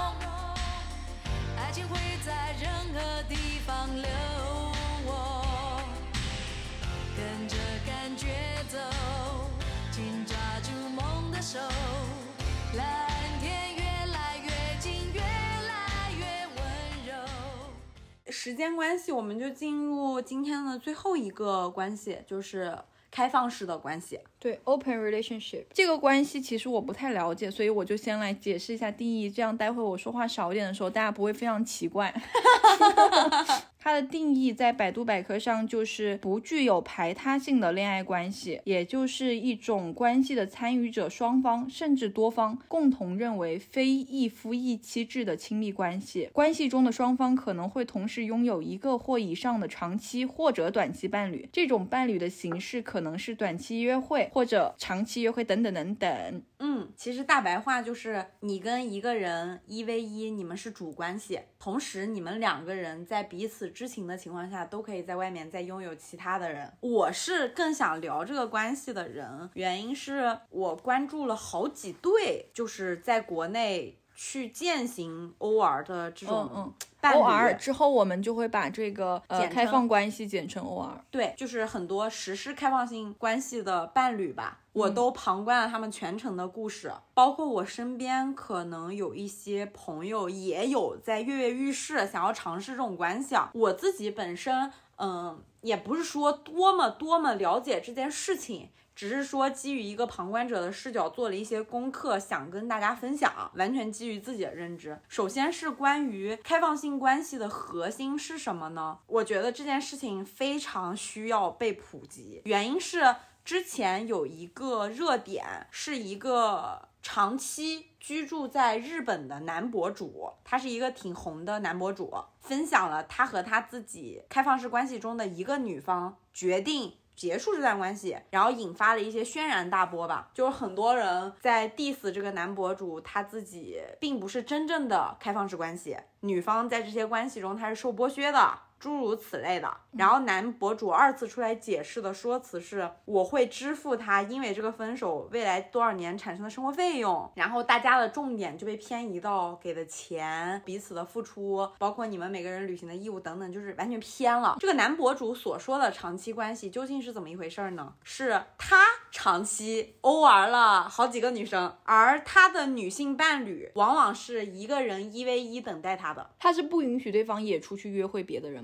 爱情会在任何地方留我，跟着感觉走，紧抓住梦的手，蓝天越来越近，越来越温柔。 时间关系，我们就进入今天的最后一个关系，就是开放式的关系。 对 open relationship 这个关系其实我不太了解，所以我就先来解释一下定义，这样待会我说话少一点的时候大家不会非常奇怪。它的定义在百度百科上就是不具有排他性的恋爱关系，也就是一种关系的参与者双方甚至多方共同认为非一夫一妻制的亲密关系，关系中的双方可能会同时拥有一个或以上的长期或者短期伴侣，这种伴侣的形式可能是短期约会或者长期约会等等等等。 其实大白话就是你跟一个人1v1，你们是主关系，同时你们2个人在彼此知情的情况下都可以在外面再拥有其他的人。我是更想聊这个关系的人，原因是我关注了好几对就是在国内去践行 OR 的这种伴侣。 OR 之后我们就会把这个开放关系简称 OR。 对，就是很多实施开放性关系的伴侣吧，我都旁观了他们全程的故事，包括我身边可能有一些朋友也有在跃跃欲试想要尝试这种关系啊。我自己本身也不是说多么了解这件事情，只是说基于一个旁观者的视角做了一些功课，想跟大家分享，完全基于自己的认知。首先是关于开放性关系的核心是什么呢？我觉得这件事情非常需要被普及，原因是之前有一个热点，是一个长期居住在日本的男博主，他是一个挺红的男博主，分享了他和他自己开放式关系中的一个女方决定结束这段关系，然后引发了一些轩然大波吧，就是很多人在 diss 这个男博主，他自己并不是真正的开放式关系，女方在这些关系中他是受剥削的，诸如此类的。然后男博主2次出来解释的说辞是，我会支付他因为这个分手未来多少年产生的生活费用，然后大家的重点就被偏移到给的钱、彼此的付出，包括你们每个人履行的义务等等，就是完全偏了。这个男博主所说的长期关系究竟是怎么一回事呢？是他长期 OR 了好几个女生，而他的女性伴侣往往是一个人1v1等待他的。 他是不允许对方也出去约会别的人吗？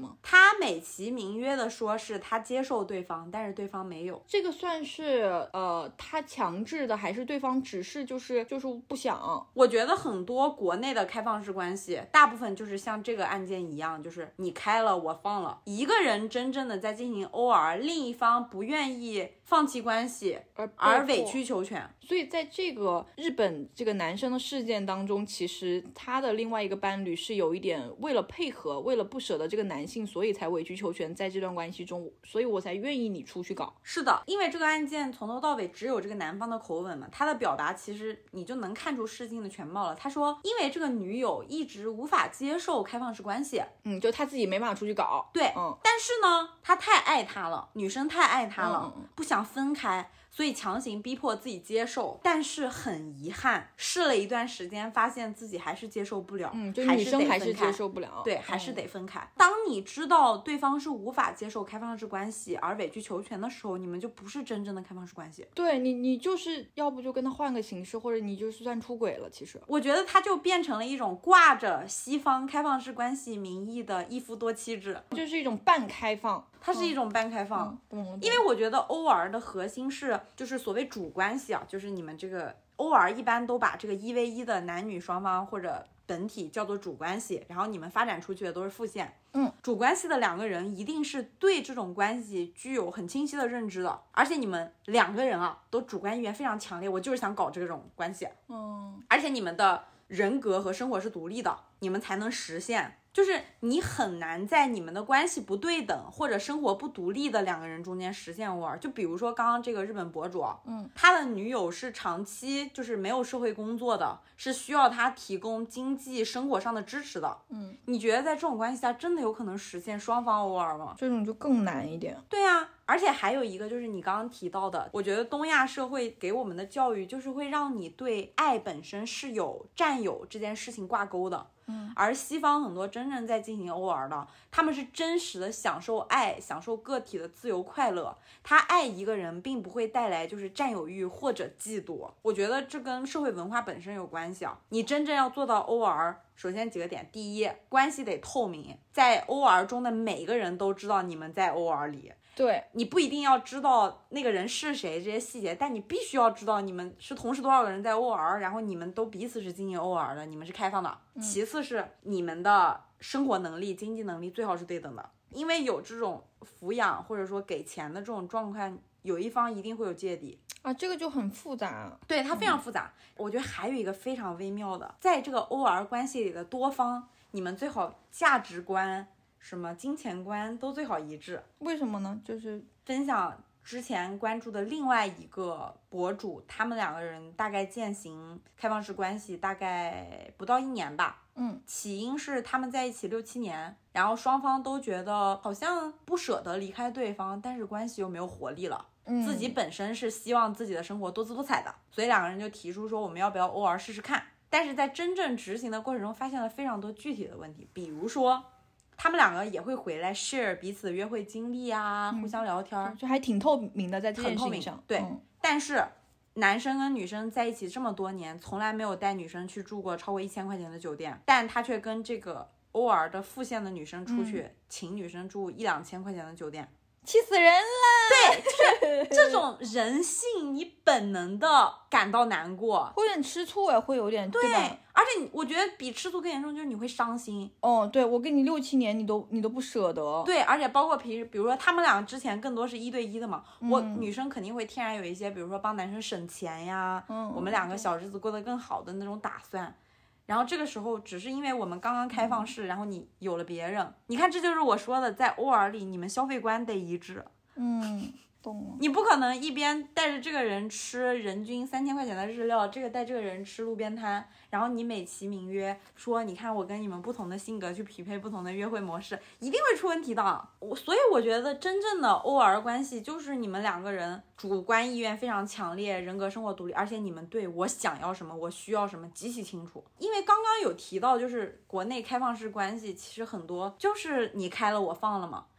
吗？ 他美其名曰的说是他接受对方，但是对方没有。 这个算是他强制的，还是对方只是就是不想？ 我觉得很多国内的开放式关系，大部分就是像这个案件一样，就是你开了我放了，一个人真正的在进行 OR， 另一方不愿意放弃关系而委曲求全。 所以在这个日本这个男生的事件当中，其实他的另外一个伴侣是有一点为了配合，为了不舍得这个男性，所以才委曲求全在这段关系中，所以我才愿意你出去搞。 是的，因为这个案件从头到尾只有这个男方的口吻嘛，他的表达其实你就能看出事情的全貌了。他说因为这个女友一直无法接受开放式关系， 就他自己没办法出去搞。 对，但是呢他太爱他了，女生太爱他了，不想分开，所以强行逼迫自己接受。但是很遗憾，试了一段时间发现自己还是接受不了， 就女生还是接受不了， 对，还是得分开。当你知道对方是无法接受开放式关系而委曲求全的时候，你们就不是真正的开放式关系。 对，你就是要不就跟他换个形式，或者你就是算出轨了。其实我觉得他就变成了一种挂着西方开放式关系名义的一夫多妻制， 就是一种半开放。 它是一种半开放，因为我觉得 OR 的核心是就是所谓主关系啊，就是你们这个 OR 一般都把这个1v1的男女双方或者本体叫做主关系，然后你们发展出去的都是副线。主关系的两个人一定是对这种关系具有很清晰的认知的，而且你们两个人啊都主观意愿非常强烈，我就是想搞这种关系。而且你们的人格和生活是独立的，你们才能实现。就是你很难在你们的关系不对等或者生活不独立的两个人中间实现 OR。就比如说刚刚这个日本博主，他的女友是长期就是没有社会工作的，是需要他提供经济生活上的支持的。你觉得在这种关系下真的有可能实现双方 OR 吗？ 这种就更难一点。 对啊，而且还有一个就是你刚刚提到的，我觉得东亚社会给我们的教育就是会让你对爱本身是有占有这件事情挂钩的。而西方很多真正在进行 OR 的，他们是真实的享受爱，享受个体的自由快乐。他爱一个人并不会带来就是占有欲或者嫉妒。我觉得这跟社会文化本身有关系啊。你真正要做到 OR， 首先几个点，第一，关系得透明，在 OR 中的每个人都知道你们在 OR 里。 对，你不一定要知道那个人是谁这些细节，但你必须要知道你们是同时多少个人在 OR， 然后你们都彼此是进行 OR 的，你们是开放的。其次是你们的生活能力、经济能力最好是对等的，因为有这种抚养或者说给钱的这种状况，有一方一定会有芥蒂啊，这个就很复杂。 对，它非常复杂。我觉得还有一个非常微妙的，在这个 OR 关系里的多方，你们最好价值观什么金钱观都最好一致。 为什么呢？就是分享之前关注的另外一个博主，他们两个人大概践行开放式关系大概不到1年吧。起因是他们在一起6、7年，然后双方都觉得好像不舍得离开对方，但是关系又没有活力了。自己本身是希望自己的生活多姿多彩的，所以两个人就提出说我们要不要 OR 试试看。但是在真正执行的过程中发现了非常多具体的问题，比如说他们两个也会回来 share 彼此的约会经历啊，互相聊天， 就还挺透明的在这件事情上。 对，但是男生跟女生在一起这么多年，从来没有带女生去住过超过1000块钱的酒店，但他却跟这个 OR 的副线的女生出去，请女生住1、2千块钱的酒店， 气死人了。 对，就是这种人性，你本能的感到难过， 会有点吃醋也会有点，对吧？ 而且我觉得比吃醋更严重就是你会伤心。 对，我跟你6、7年你都不舍得。 对，而且包括比如说他们俩之前更多是1对1的嘛，我女生肯定会天然有一些比如说帮男生省钱呀，我们两个小日子过得更好的那种打算。然后这个时候只是因为我们刚刚开放式，然后你有了别人，你看这就是我说的，在 OR 里你们消费观得一致。 懂了。 你不可能一边带着这个人吃人均3000块钱的日料，这个带这个人吃路边摊，然后你美其名曰说你看我跟你们不同的性格去匹配不同的约会模式，一定会出问题的。所以我觉得真正的 OR 关系就是你们两个人主观意愿非常强烈，人格生活独立，而且你们对我想要什么我需要什么极其清楚。因为刚刚有提到就是国内开放式关系其实很多就是你开了我放了嘛，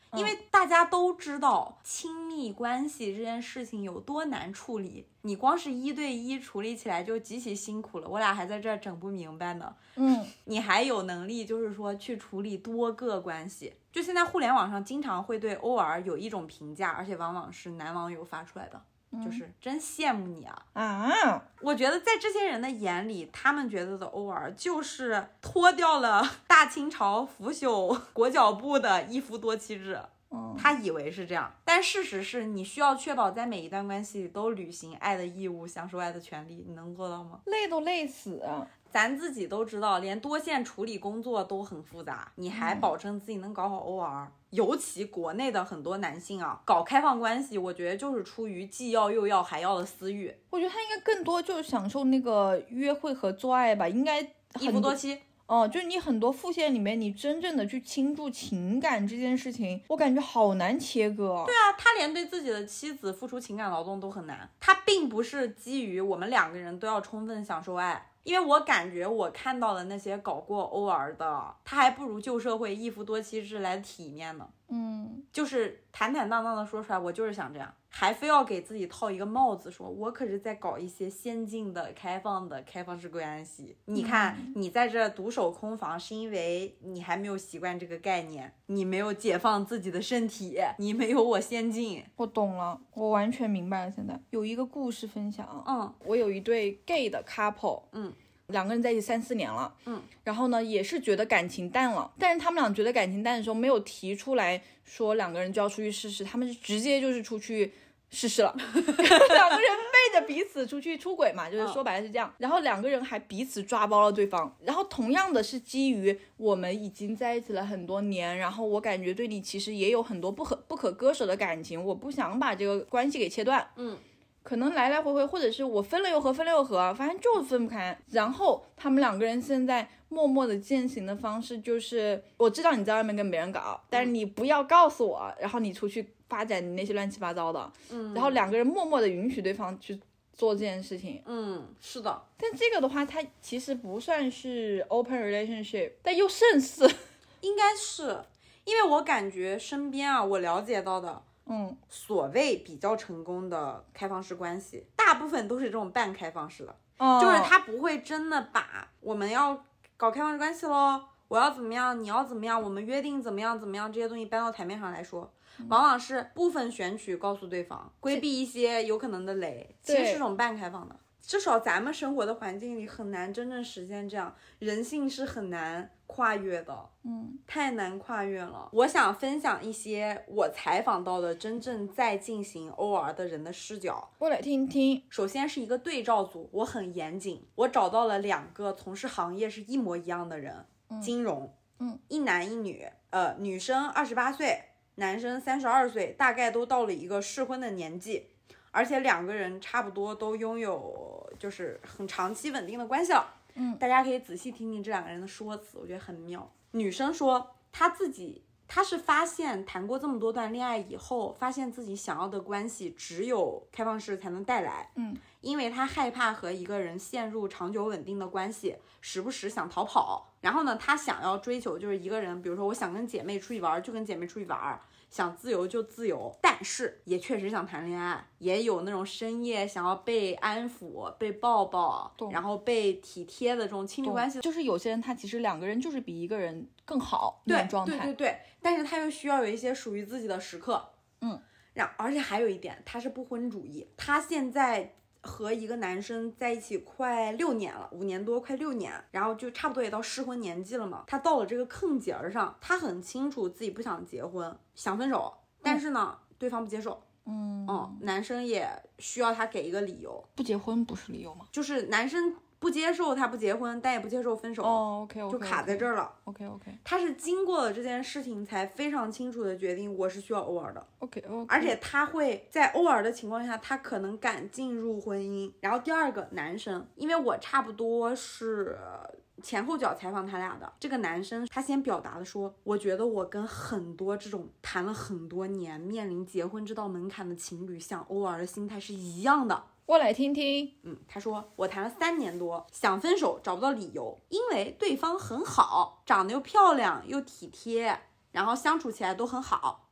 因为大家都知道亲密关系这件事情有多难处理，你光是1对1处理起来就极其辛苦了，我俩还在这儿整不明白呢。你还有能力就是说去处理多个关系。就现在互联网上经常会对 OR 有一种评价，而且往往是男网友发出来的，就是真羡慕你啊！我觉得在这些人的眼里，他们觉得的 OR 就是脱掉了大清朝腐朽裹脚布的一夫多妻制。他以为是这样，但事实是你需要确保在每一段关系里都履行爱的义务，享受爱的权利，你能做到吗？ 累都累死。 咱自己都知道，连多线处理工作都很复杂，你还保证自己能搞好 OR？尤其国内的很多男性啊，搞开放关系，我觉得就是出于既要又要还要的私欲。 我觉得他应该更多就是享受那个约会和做爱吧，应该一夫多妻。 就是你很多副线里面，你真正的去倾注情感这件事情，我感觉好难切割。 对啊，他连对自己的妻子付出情感劳动都很难，他并不是基于我们2个人都要充分享受爱。因为我感觉我看到的那些搞过 OR 的，他还不如旧社会一夫多妻制来的体面呢。就是坦坦荡荡的说出来，我就是想这样，还非要给自己套一个帽子，说我可是在搞一些先进的开放式关系。你看你在这独守空房，是因为你还没有习惯这个概念，你没有解放自己的身体，你没有我先进。 我懂了，我完全明白了。现在有一个故事分享。我有一对 gay 的 couple， 2个人在一起3-4年了，然后呢也是觉得感情淡了，但是他们俩觉得感情淡的时候没有提出来说2个人就要出去试试，他们是直接就是出去试试了2个人背着彼此出去出轨嘛，就是说白了是这样，然后2个人还彼此抓包了对方，然后同样的是基于我们已经在一起了很多年，然后我感觉对你其实也有很多不可割舍的感情，我不想把这个关系给切断，可能来来回回，或者是我分了又合，分了又合，反正就是分不开。然后他们2个人现在默默的践行的方式就是，我知道你在外面跟别人搞，但是你不要告诉我，然后你出去发展你那些乱七八糟的，然后2个人默默的允许对方去做这件事情。 是的。 但这个的话，它其实不算是 open relationship， 但又甚似。 应该是，因为我感觉身边啊，我了解到的。所谓比较成功的开放式关系，大部分都是这种半开放式的，就是他不会真的把我们要搞开放式关系咯，我要怎么样，你要怎么样，我们约定怎么样怎么样，这些东西搬到台面上来说，往往是部分选取告诉对方，规避一些有可能的雷，其实是这种半开放的。至少咱们生活的环境里很难真正实现这样，人性是很难跨越的，太难跨越了。我想分享一些我采访到的真正在进行 OR 的人的视角， 我来听听。 首先是一个对照组，我很严谨，我找到了2个从事行业是一模一样的人，金融，一男一女，女生28岁，男生32岁，大概都到了一个适婚的年纪。而且2个人差不多都拥有就是很长期稳定的关系了。大家可以仔细听听这2个人的说辞，我觉得很妙。女生说她是发现谈过这么多段恋爱以后，发现自己想要的关系只有开放式才能带来。因为她害怕和一个人陷入长久稳定的关系，时不时想逃跑。然后呢，她想要追求就是一个人，比如说我想跟姐妹出去玩就跟姐妹出去玩，想自由就自由，但是也确实想谈恋爱，也有那种深夜想要被安抚、被抱抱，然后被体贴的这种亲密关系。 就是有些人他其实2个人就是比一个人更好那种状态， 对，但是他又需要有一些属于自己的时刻。而且还有一点，他是不婚主义，他现在和一个男生在一起快6年了，5年多，快6年，然后就差不多也到适婚年纪了嘛。他到了这个坑节儿上，他很清楚自己不想结婚，想分手，但是呢，对方不接受。男生也需要他给一个理由。 不结婚不是理由吗？ 就是男生不接受他不结婚，但也不接受分手。 OK， 就卡在这儿了。 OK， 他是经过了这件事情才非常清楚的决定，我是需要 OR 的。 OK， 而且他会在 OR 的情况下，他可能敢进入婚姻。然后第2个男生，因为我差不多是前后脚采访他俩的，这个男生他先表达的说，我觉得我跟很多这种谈了很多年面临结婚这道门槛的情侣想 OR 的心态是一样的。 我来听听。 他说我谈了3年多，想分手找不到理由，因为对方很好，长得又漂亮又体贴，然后相处起来都很好，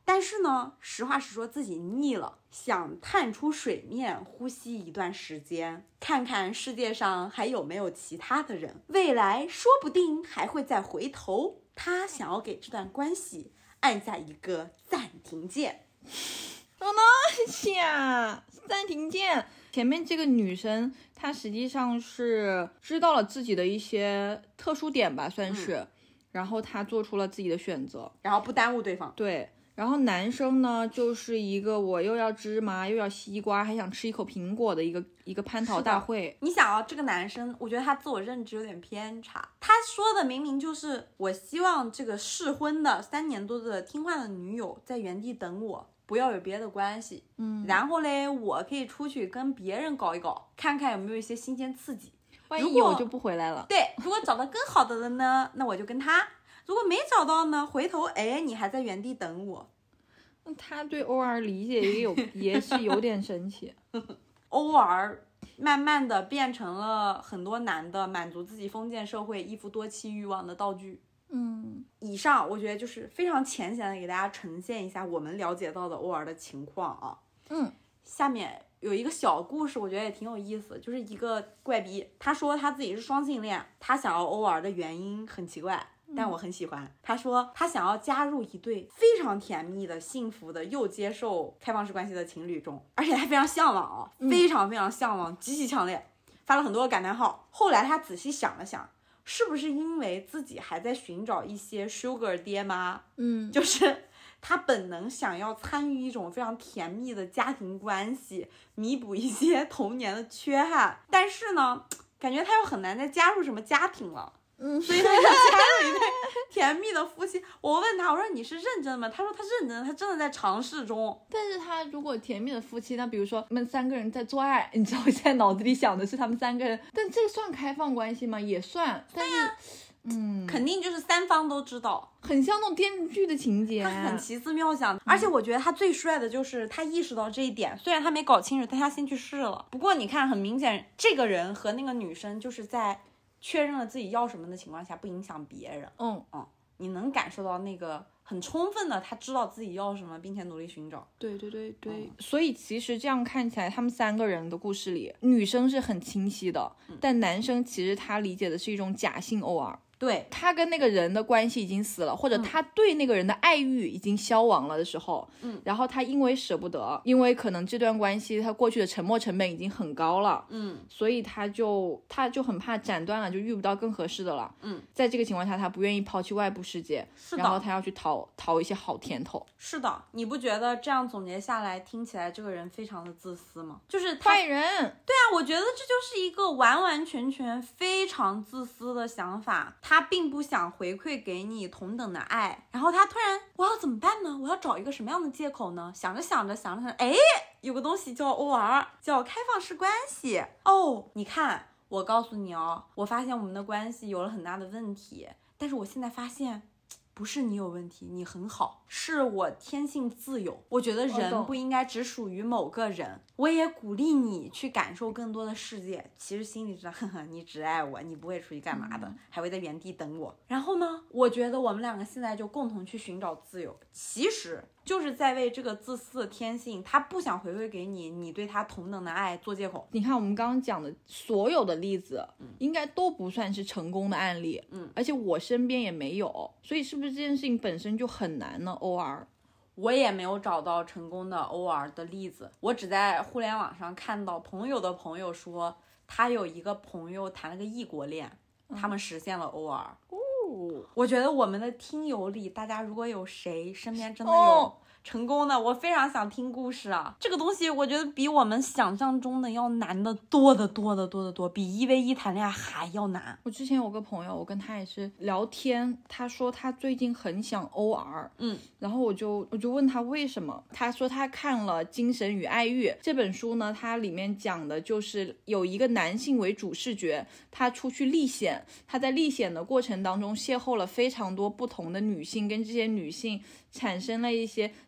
但是呢，实话实说自己腻了，想探出水面呼吸一段时间，看看世界上还有没有其他的人，未来说不定还会再回头。他想要给这段关系按下一个暂停键。 暂停键。前面这个女生她实际上是知道了自己的一些特殊点吧，算是，然后她做出了自己的选择， 然后不耽误对方。 对。然后男生呢，就是一个我又要芝麻又要西瓜，还想吃一口苹果的一个蟠桃大会。 你想啊，这个男生，我觉得他自我认知有点偏差。他说的明明就是我希望这个适婚的3年多的听话的女友在原地等我，不要有别的关系。然后嘞，我可以出去跟别人搞一搞，看看有没有一些新鲜刺激。 万一我就不回来了。 对，如果找到更好的了呢，那我就跟他。如果没找到呢，回头你还在原地等我。 他对 OR 理解也是有点神奇。 OR 慢慢的变成了很多男的满足自己封建社会一夫多妻欲望的道具。以上我觉得就是非常浅显的给大家呈现一下我们了解到的 OR 的情况啊。下面有一个小故事，我觉得也挺有意思，就是一个怪逼，他说他自己是双性恋，他想要 OR 的原因很奇怪，但我很喜欢。他说他想要加入一对非常甜蜜的、幸福的又接受开放式关系的情侣中，而且还非常向往啊，非常非常向往，极其强烈，发了很多感叹号。后来他仔细想了想，是不是因为自己还在寻找一些 sugar 爹妈？就是他本能想要参与一种非常甜蜜的家庭关系，弥补一些童年的缺憾，但是呢，感觉他又很难再加入什么家庭了。所以他就加入一对甜蜜的夫妻。我问他，我说你是认真的吗？他说他认真的，他真的在尝试中。 但是他如果甜蜜的夫妻，那比如说他们3个人在做爱，你知道我现在脑子里想的是他们3个人，但这算开放关系吗？也算，但是肯定就是3方都知道， 很像那种电视剧的情节， 他很奇思妙想。而且我觉得他最帅的就是他意识到这一点，虽然他没搞清楚，但他先去试了。不过你看，很明显这个人和那个女生就是在确认了自己要什么的情况下不影响别人。你能感受到那个很充分的他知道自己要什么并且努力寻找。 对，所以其实这样看起来他们3个人的故事里，女生是很清晰的，但男生其实他理解的是一种假性 OR。 对， 他跟那个人的关系已经死了，或者他对那个人的爱欲已经消亡了的时候，然后他因为舍不得，因为可能这段关系他过去的沉没成本已经很高了，所以他就很怕斩断了就遇不到更合适的了，在这个情况下他不愿意抛弃外部世界，然后他要去讨一些好甜头。 是的，你不觉得这样总结下来听起来这个人非常的自私吗？就是他坏人。 对啊，我觉得这就是一个完完全全非常自私的想法。他并不想回馈给你同等的爱，然后他突然，我要怎么办呢？我要找一个什么样的借口呢？想着想着，有个东西叫 OR， 叫开放式关系。你看，我告诉你哦，我发现我们的关系有了很大的问题，但是我现在发现不是你有问题，你很好，是我天性自由。我觉得人不应该只属于某个人，我也鼓励你去感受更多的世界。其实心里知道，你只爱我，你不会出去干嘛的，还会在原地等我。然后呢，我觉得我们2个现在就共同去寻找自由，其实就是在为这个自私的天性，他不想回馈给你，你对他同等的爱做借口。 你看我们刚刚讲的所有的例子，应该都不算是成功的案例，而且我身边也没有，所以是不是这件事情本身就很难呢 ？OR 我也没有找到成功的 OR 的例子，我只在互联网上看到朋友的朋友说，他有一个朋友谈了个异国恋，他们实现了 OR。我觉得我们的听友里，大家如果有谁身边真的有成功的，我非常想听故事啊！这个东西我觉得比我们想象中的要难得多得多得多得多，比1v1谈恋爱还要难。 我之前有个朋友，我跟他也是聊天，他说他最近很想 OR，然后我就问他为什么，他说他看了《精神与爱欲》这本书呢，它里面讲的就是有一个男性为主视觉，他出去历险，他在历险的过程当中邂逅了非常多不同的女性，跟这些女性产生了一些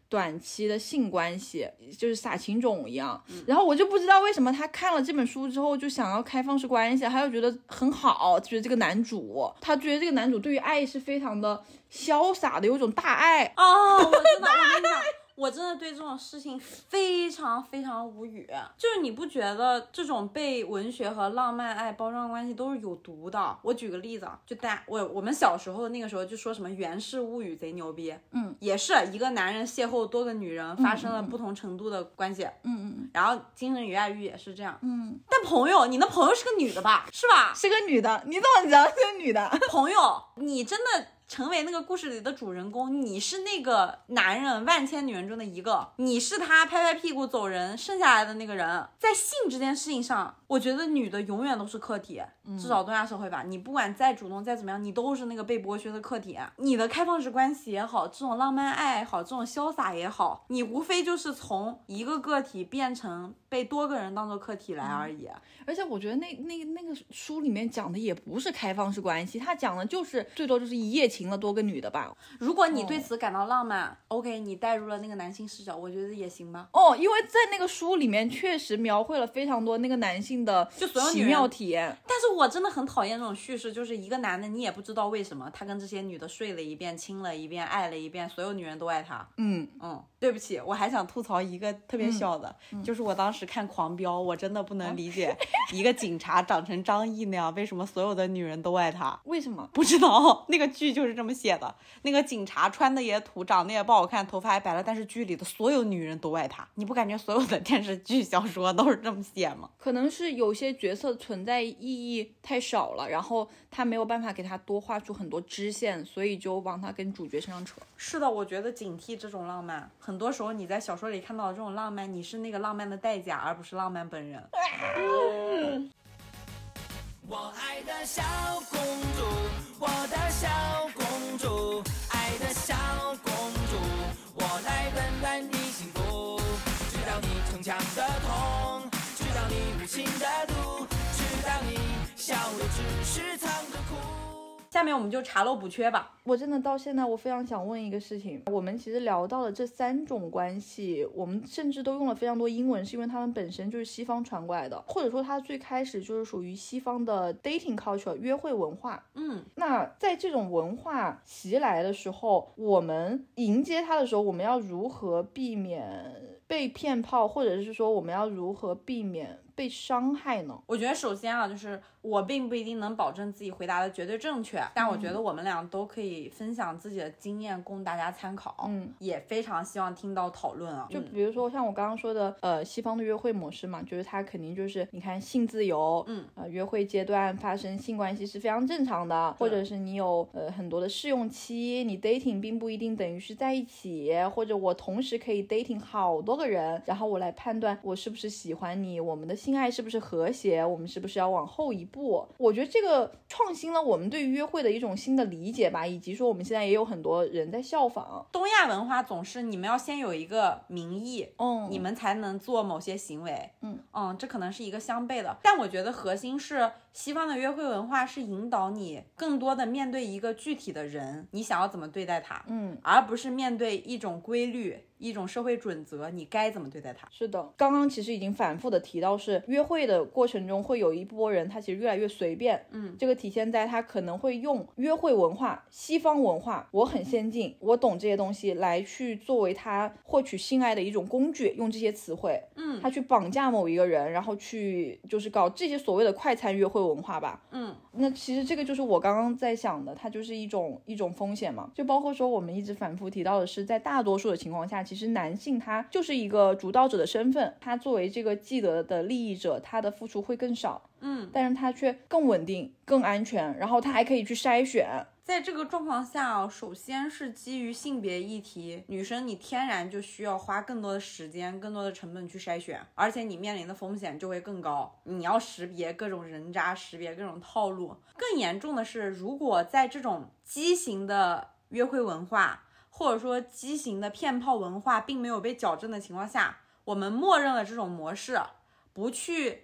短期的性关系，就是撒情种一样。然后我就不知道为什么他看了这本书之后就想要开放式关系，他又觉得很好，觉得这个男主，他觉得这个男主对于爱是非常的潇洒的，有一种大爱。 哦，我跟你讲，我真的对这种事情非常非常无语。就是你不觉得这种被文学和浪漫爱包装的关系都是有毒的？我举个例子，就我们小时候那个时候就说什么源氏物语贼牛逼，也是一个男人邂逅多个女人，发生了不同程度的关系，然后精神与爱欲也是这样，但朋友，你的朋友是个女的吧？是吧？ 是个女的，你怎么知道是个女的？ 朋友，你真的成为那个故事里的主人公，你是那个男人万千女人中的一个，你是他拍拍屁股走人剩下来的那个人。在性这件事情上，我觉得女的永远都是客体，至少东亚社会吧，你不管再主动再怎么样，你都是那个被剥削的客体。你的开放式关系也好，这种浪漫爱也好，这种潇洒也好，你无非就是从一个个体变成被多个人当做客体来而已。 而且我觉得那个书里面讲的也不是开放式关系，他讲的就是最多就是一夜情了多个女的吧。 如果你对此感到浪漫，OK， 你带入了那个男性视角，我觉得也行吧。 因为在那个书里面确实描绘了非常多那个男性的奇妙体验。 但是我真的很讨厌这种叙事，就是一个男的你也不知道为什么他跟这些女的睡了一遍，亲了一遍，爱了一遍，所有女人都爱他。对不起，我还想吐槽一个特别小的，就是我当时看狂飙，我真的不能理解一个警察长成张译那样，为什么所有的女人都爱他？ 为什么？ 不知道，那个剧就是这么写的。那个警察穿的也土，长得也不好看，头发还白了，但是剧里的所有女人都爱他。你不感觉所有的电视剧小说都是这么写吗？ 可能是有些角色存在意义太少了，然后他没有办法给他多画出很多支线，所以就往他跟主角身上扯。 是的，我觉得警惕这种浪漫，很多时候你在小说里看到的这种浪漫，你是那个浪漫的代价，而不是浪漫本人。 我爱的小公主，我的小公主，爱的小公主，我来温暖你幸福，知道你逞强的痛，知道你无情的毒，知道你笑里只是藏着苦。 下面我们就查漏补缺吧。 我真的到现在我非常想问一个事情，我们其实聊到了这3种关系，我们甚至都用了非常多英文，是因为他们本身就是西方传过来的，或者说它最开始就是属于西方的 dating culture 约会文化。那在这种文化袭来的时候，我们迎接它的时候，我们要如何避免被骗炮，或者是说我们要如何避免被伤害呢？ 我觉得首先就是我并不一定能保证自己回答的绝对正确，但我觉得我们俩都可以分享自己的经验供大家参考。也非常希望听到讨论啊。 就比如说像我刚刚说的西方的约会模式嘛，就是它肯定就是你看性自由，约会阶段发生性关系是非常正常的，或者是你有很多的试用期，你 dating 并不一定等于是在一起，或者我同时可以 dating 好多个人，然后我来判断我是不是喜欢你，我们的性爱是不是和谐，我们是不是要往后一步。我觉得这个创新了我们对于约会的一种新的理解吧，以及说我们现在也有很多人在效仿。 东亚文化总是你们要先有一个名义，你们才能做某些行为，这可能是一个相悖的。但我觉得核心是西方的约会文化是引导你更多的面对一个具体的人，你想要怎么对待他，而不是面对一种规律，一种社会准则，你该怎么对待他。 是的，刚刚其实已经反复的提到，是约会的过程中会有一波人他其实越来越随便，这个体现在他可能会用约会文化，西方文化，我很先进，我懂这些东西，来去作为他获取性爱的一种工具，用这些词汇，他去绑架某一个人，然后去就是搞这些所谓的快餐约会文化吧。那其实这个就是我刚刚在想的，它就是一种风险嘛，就包括说我们一直反复提到的是，在大多数的情况下，其实男性他就是一个主导者的身份，他作为这个既得的利益者，他的付出会更少，但是他却更稳定更安全，然后他还可以去筛选。 在这个状况下，首先是基于性别议题，女生你天然就需要花更多的时间更多的成本去筛选，而且你面临的风险就会更高，你要识别各种人渣，识别各种套路。更严重的是，如果在这种畸形的约会文化或者说畸形的骗炮文化并没有被矫正的情况下，我们默认了这种模式，不去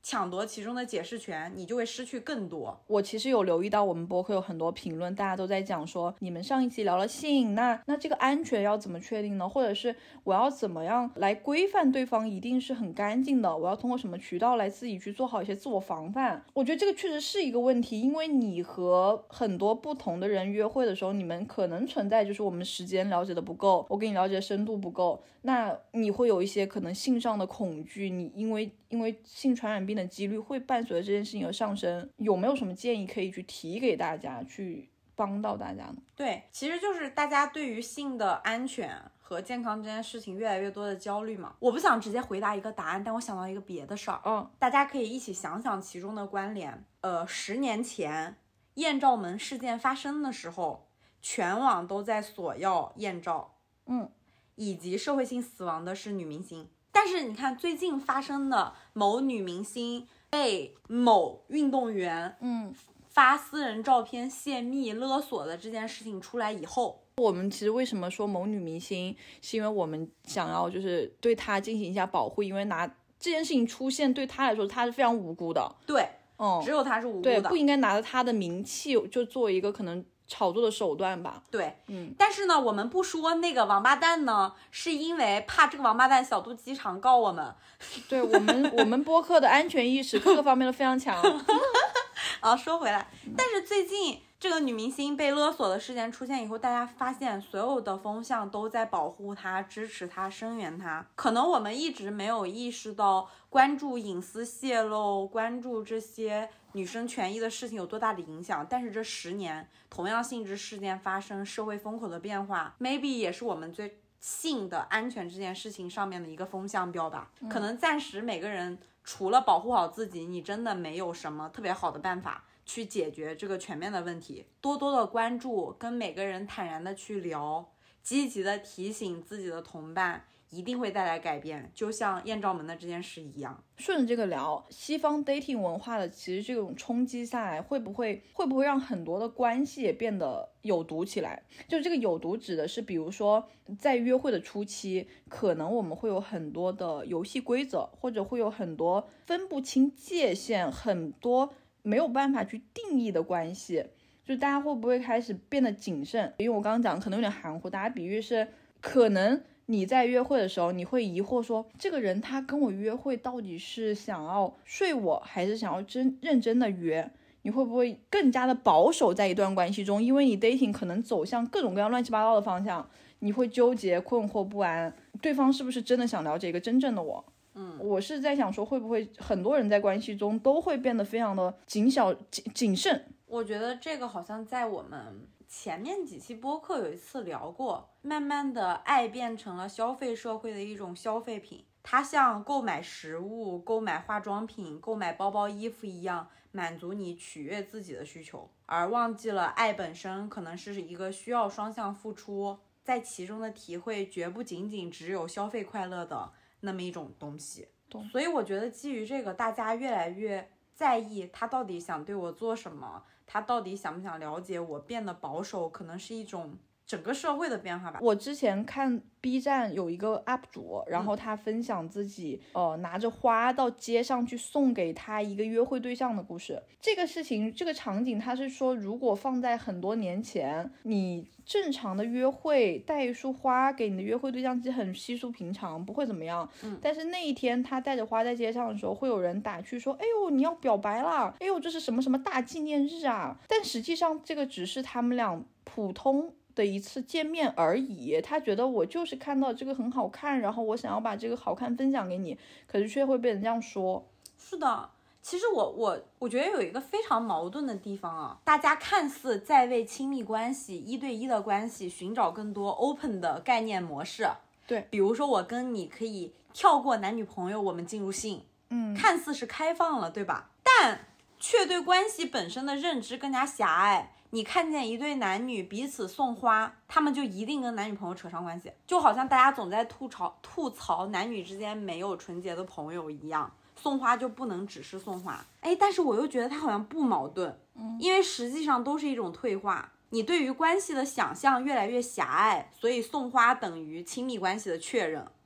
抢夺其中的解释权，你就会失去更多。 我其实有留意到我们播客有很多评论，大家都在讲说，你们上一期聊了性，那这个安全要怎么确定呢？或者是我要怎么样来规范对方一定是很干净的，我要通过什么渠道来自己去做好一些自我防范。我觉得这个确实是一个问题，因为你和很多不同的人约会的时候，你们可能存在就是我们时间了解的不够，我跟你了解的深度不够，那你会有一些可能性上的恐惧，你因为性传染病的几率会伴随着这件事情而上升。有没有什么建议可以去提给大家，去帮到大家呢？ 对，其实就是大家对于性的安全和健康这件事情越来越多的焦虑嘛。我不想直接回答一个答案，但我想到一个别的事儿，大家可以一起想想其中的关联。10年前艳照门事件发生的时候，全网都在索要艳照，以及社会性死亡的是女明星。但是你看最近发生的某女明星被某运动员发私人照片泄密勒索的这件事情出来以后， 我们其实为什么说某女明星，是因为我们想要就是对她进行一下保护，因为拿这件事情出现对她来说她是非常无辜的。 对，只有她是无辜的， 对，不应该拿着她的名气就做一个可能炒作的手段吧。 对，但是呢，我们不说那个王八蛋呢，是因为怕这个王八蛋小肚鸡肠告我们。 对，我们播客的安全意识各个方面都非常强。 说回来，但是最近这个女明星被勒索的事件出现以后，大家发现所有的风向都在保护她、支持她、声援她。可能我们一直没有意识到关注隐私泄露、关注这些女生权益的事情有多大的影响，但是这10年同样性质事件发生，社会风口的变化 maybe 也是我们对性的安全这件事情上面的一个风向标吧。可能暂时每个人除了保护好自己，你真的没有什么特别好的办法去解决这个全面的问题。多多的关注，跟每个人坦然的去聊，积极的提醒自己的同伴，一定会带来改变，就像艳照门的这件事一样。 顺着这个聊，西方 dating 文化的其实这种冲击下来，会不会让很多的关系也变得有毒起来？就是这个有毒指的是，比如说在约会的初期，可能我们会有很多的游戏规则，或者会有很多分不清界限，很多没有办法去定义的关系，就大家会不会开始变得谨慎？因为我刚刚讲可能有点含糊，大家比喻是可能你在约会的时候，你会疑惑说，这个人他跟我约会到底是想要睡我，还是想要认真的约？你会不会更加的保守在一段关系中？因为你 dating 可能走向各种各样乱七八糟的方向，你会纠结、困惑、不安，对方是不是真的想了解一个真正的我？我是在想说，会不会很多人在关系中都会变得非常的谨慎？ 我觉得这个好像在我们前面几期播客有一次聊过，慢慢的爱变成了消费社会的一种消费品，它像购买食物、购买化妆品、购买包包衣服一样，满足你取悦自己的需求，而忘记了爱本身可能是一个需要双向付出，在其中的体会绝不仅仅只有消费快乐的那么一种东西。所以我觉得基于这个，大家越来越在意他到底想对我做什么，他到底想不想了解我，变得保守，可能是一种整个社会的变化吧。 我之前看 B 站有一个 UP 主，然后他分享自己拿着花到街上去送给他一个约会对象的故事。这个事情这个场景，他是说如果放在很多年前，你正常的约会带一束花给你的约会对象其实很稀疏平常，不会怎么样。但是那一天他带着花在街上的时候，会有人打趣说，哎呦你要表白啦，哎呦这是什么什么大纪念日啊。但实际上这个只是他们俩普通的一次见面而已，他觉得我就是看到这个很好看，然后我想要把这个好看分享给你，可是却会被人这样说。 是的，其实我觉得有一个非常矛盾的地方啊，大家看似在为亲密关系、1对1的关系寻找更多 open 的概念模式。 对， 比如说我跟你可以跳过男女朋友，我们进入性，看似是开放了，对吧？但却对关系本身的认知更加狭隘。你看见一对男女彼此送花，他们就一定跟男女朋友扯上关系，就好像大家总在吐槽男女之间没有纯洁的朋友一样，送花就不能只是送花。但是我又觉得它好像不矛盾，因为实际上都是一种退化。你对于关系的想象越来越狭隘，所以送花等于亲密关系的确认。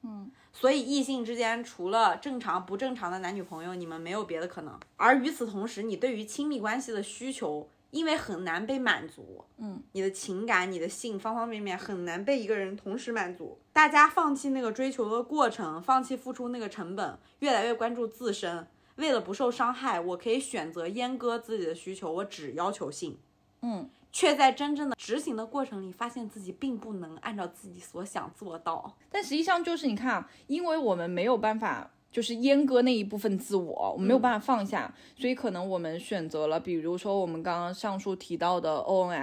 所以异性之间除了正常不正常的男女朋友，你们没有别的可能。而与此同时，你对于亲密关系的需求因为很难被满足，你的情感、你的性方方面面很难被一个人同时满足。大家放弃那个追求的过程，放弃付出那个成本，越来越关注自身。为了不受伤害，我可以选择阉割自己的需求，我只要求性。却在真正的执行的过程里，发现自己并不能按照自己所想做到。 但实际上就是你看啊，因为我们没有办法就是阉割那一部分自我，我们没有办法放下，所以可能我们选择了比如说我们刚刚上述提到的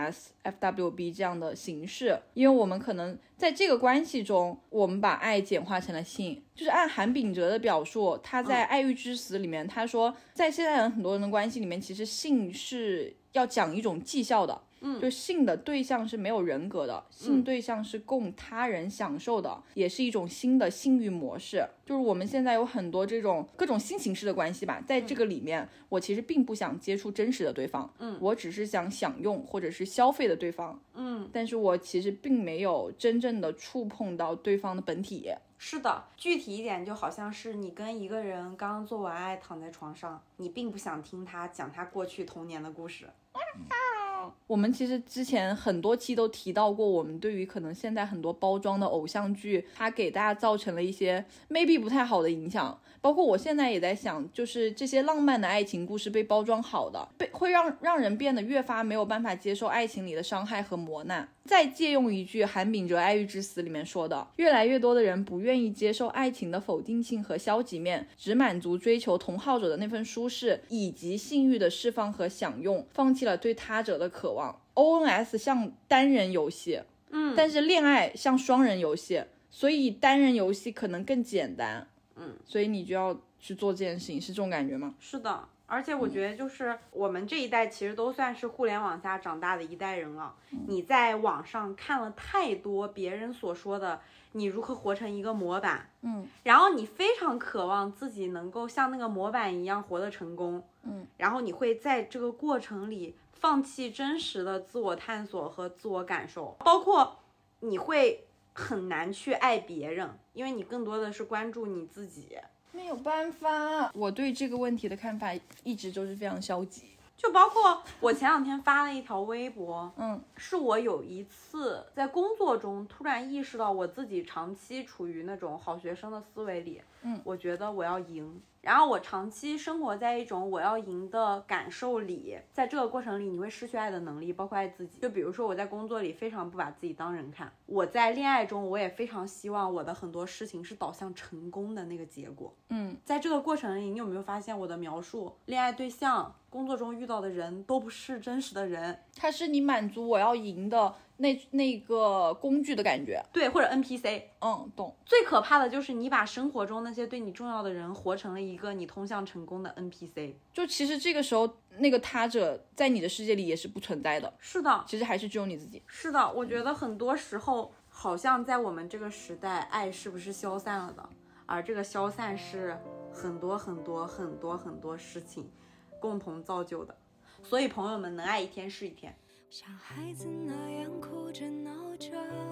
ONS、FWB 这样的形式，因为我们可能在这个关系中，我们把爱简化成了性。就是按韩炳哲的表述，他在《爱欲之死》里面，他说在现在很多人的关系里面，其实性是要讲一种绩效的，就性的对象是没有人格的，性对象是供他人享受的，也是一种新的性欲模式。就是我们现在有很多这种各种新形式的关系吧，在这个里面，我其实并不想接触真实的对方，我只是想享用或者是消费的对方，但是我其实并没有真正的触碰到对方的本体。 是的，具体一点就好像是你跟一个人刚刚做完爱躺在床上，你并不想听他讲他过去童年的故事。 我们其实之前很多期都提到过，我们对于可能现在很多包装的偶像剧，它给大家造成了一些 maybe 不太好的影响。包括我现在也在想，就是这些浪漫的爱情故事被包装好的，会让人变得越发没有办法接受爱情里的伤害和磨难。再借用一句韩炳哲《爱欲之死》里面说的，越来越多的人不愿意接受爱情的否定性和消极面，只满足追求同好者的那份舒适以及性欲的释放和享用，放弃了对他者的渴望。 ONS 像单人游戏，但是恋爱像双人游戏，所以单人游戏可能更简单，所以你就要去做这件事情，是这种感觉吗？ 是的，而且我觉得就是我们这一代其实都算是互联网下长大的一代人了。你在网上看了太多别人所说的你如何活成一个模板，然后你非常渴望自己能够像那个模板一样活得成功，然后你会在这个过程里放弃真实的自我探索和自我感受，包括你会很难去爱别人，因为你更多的是关注你自己。 没有办法，我对这个问题的看法一直都是非常消极。 就包括我前两天发了一条微博，是我有一次在工作中突然意识到我自己长期处于那种好学生的思维里，我觉得我要赢，然后我长期生活在一种我要赢的感受里，在这个过程里你会失去爱的能力，包括爱自己。就比如说我在工作里非常不把自己当人看，我在恋爱中我也非常希望我的很多事情是导向成功的那个结果。在这个过程里，你有没有发现我的描述恋爱对象工作中遇到的人都不是真实的人， 它是你满足我要赢的那个工具的感觉， 对，或者 NPC。 懂。 最可怕的就是你把生活中那些对你重要的人活成了一个你通向成功的 NPC， 就其实这个时候那个他者在你的世界里也是不存在的。 是的， 其实还是只有你自己。 是的，我觉得很多时候好像在我们这个时代，爱是不是消散了的，而这个消散是很多很多很多很多事情共同造就的。所以朋友们，能爱一天是一天。 像孩子那样哭着闹着，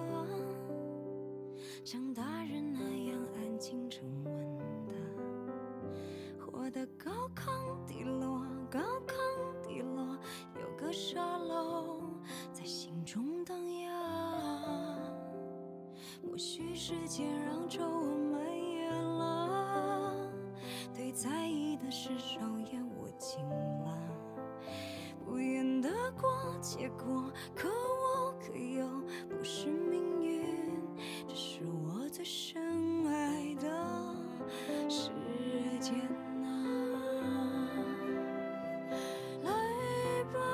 像大人那样安静沉稳的，活得高亢低落，高亢低落，有个沙漏在心中荡漾。或许时间让皱纹蔓延了，对在意的事手也握紧了，不愿得过结果，可我可又不是命运，这是我最深爱的时间啊。来吧，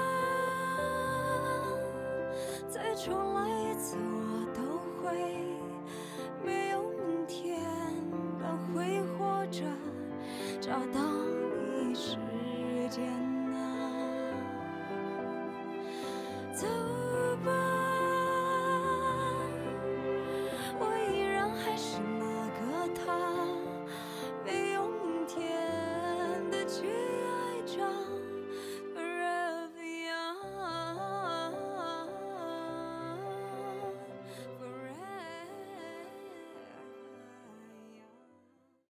再重来一次我都会，没有明天，但会活着找到你时间啊。走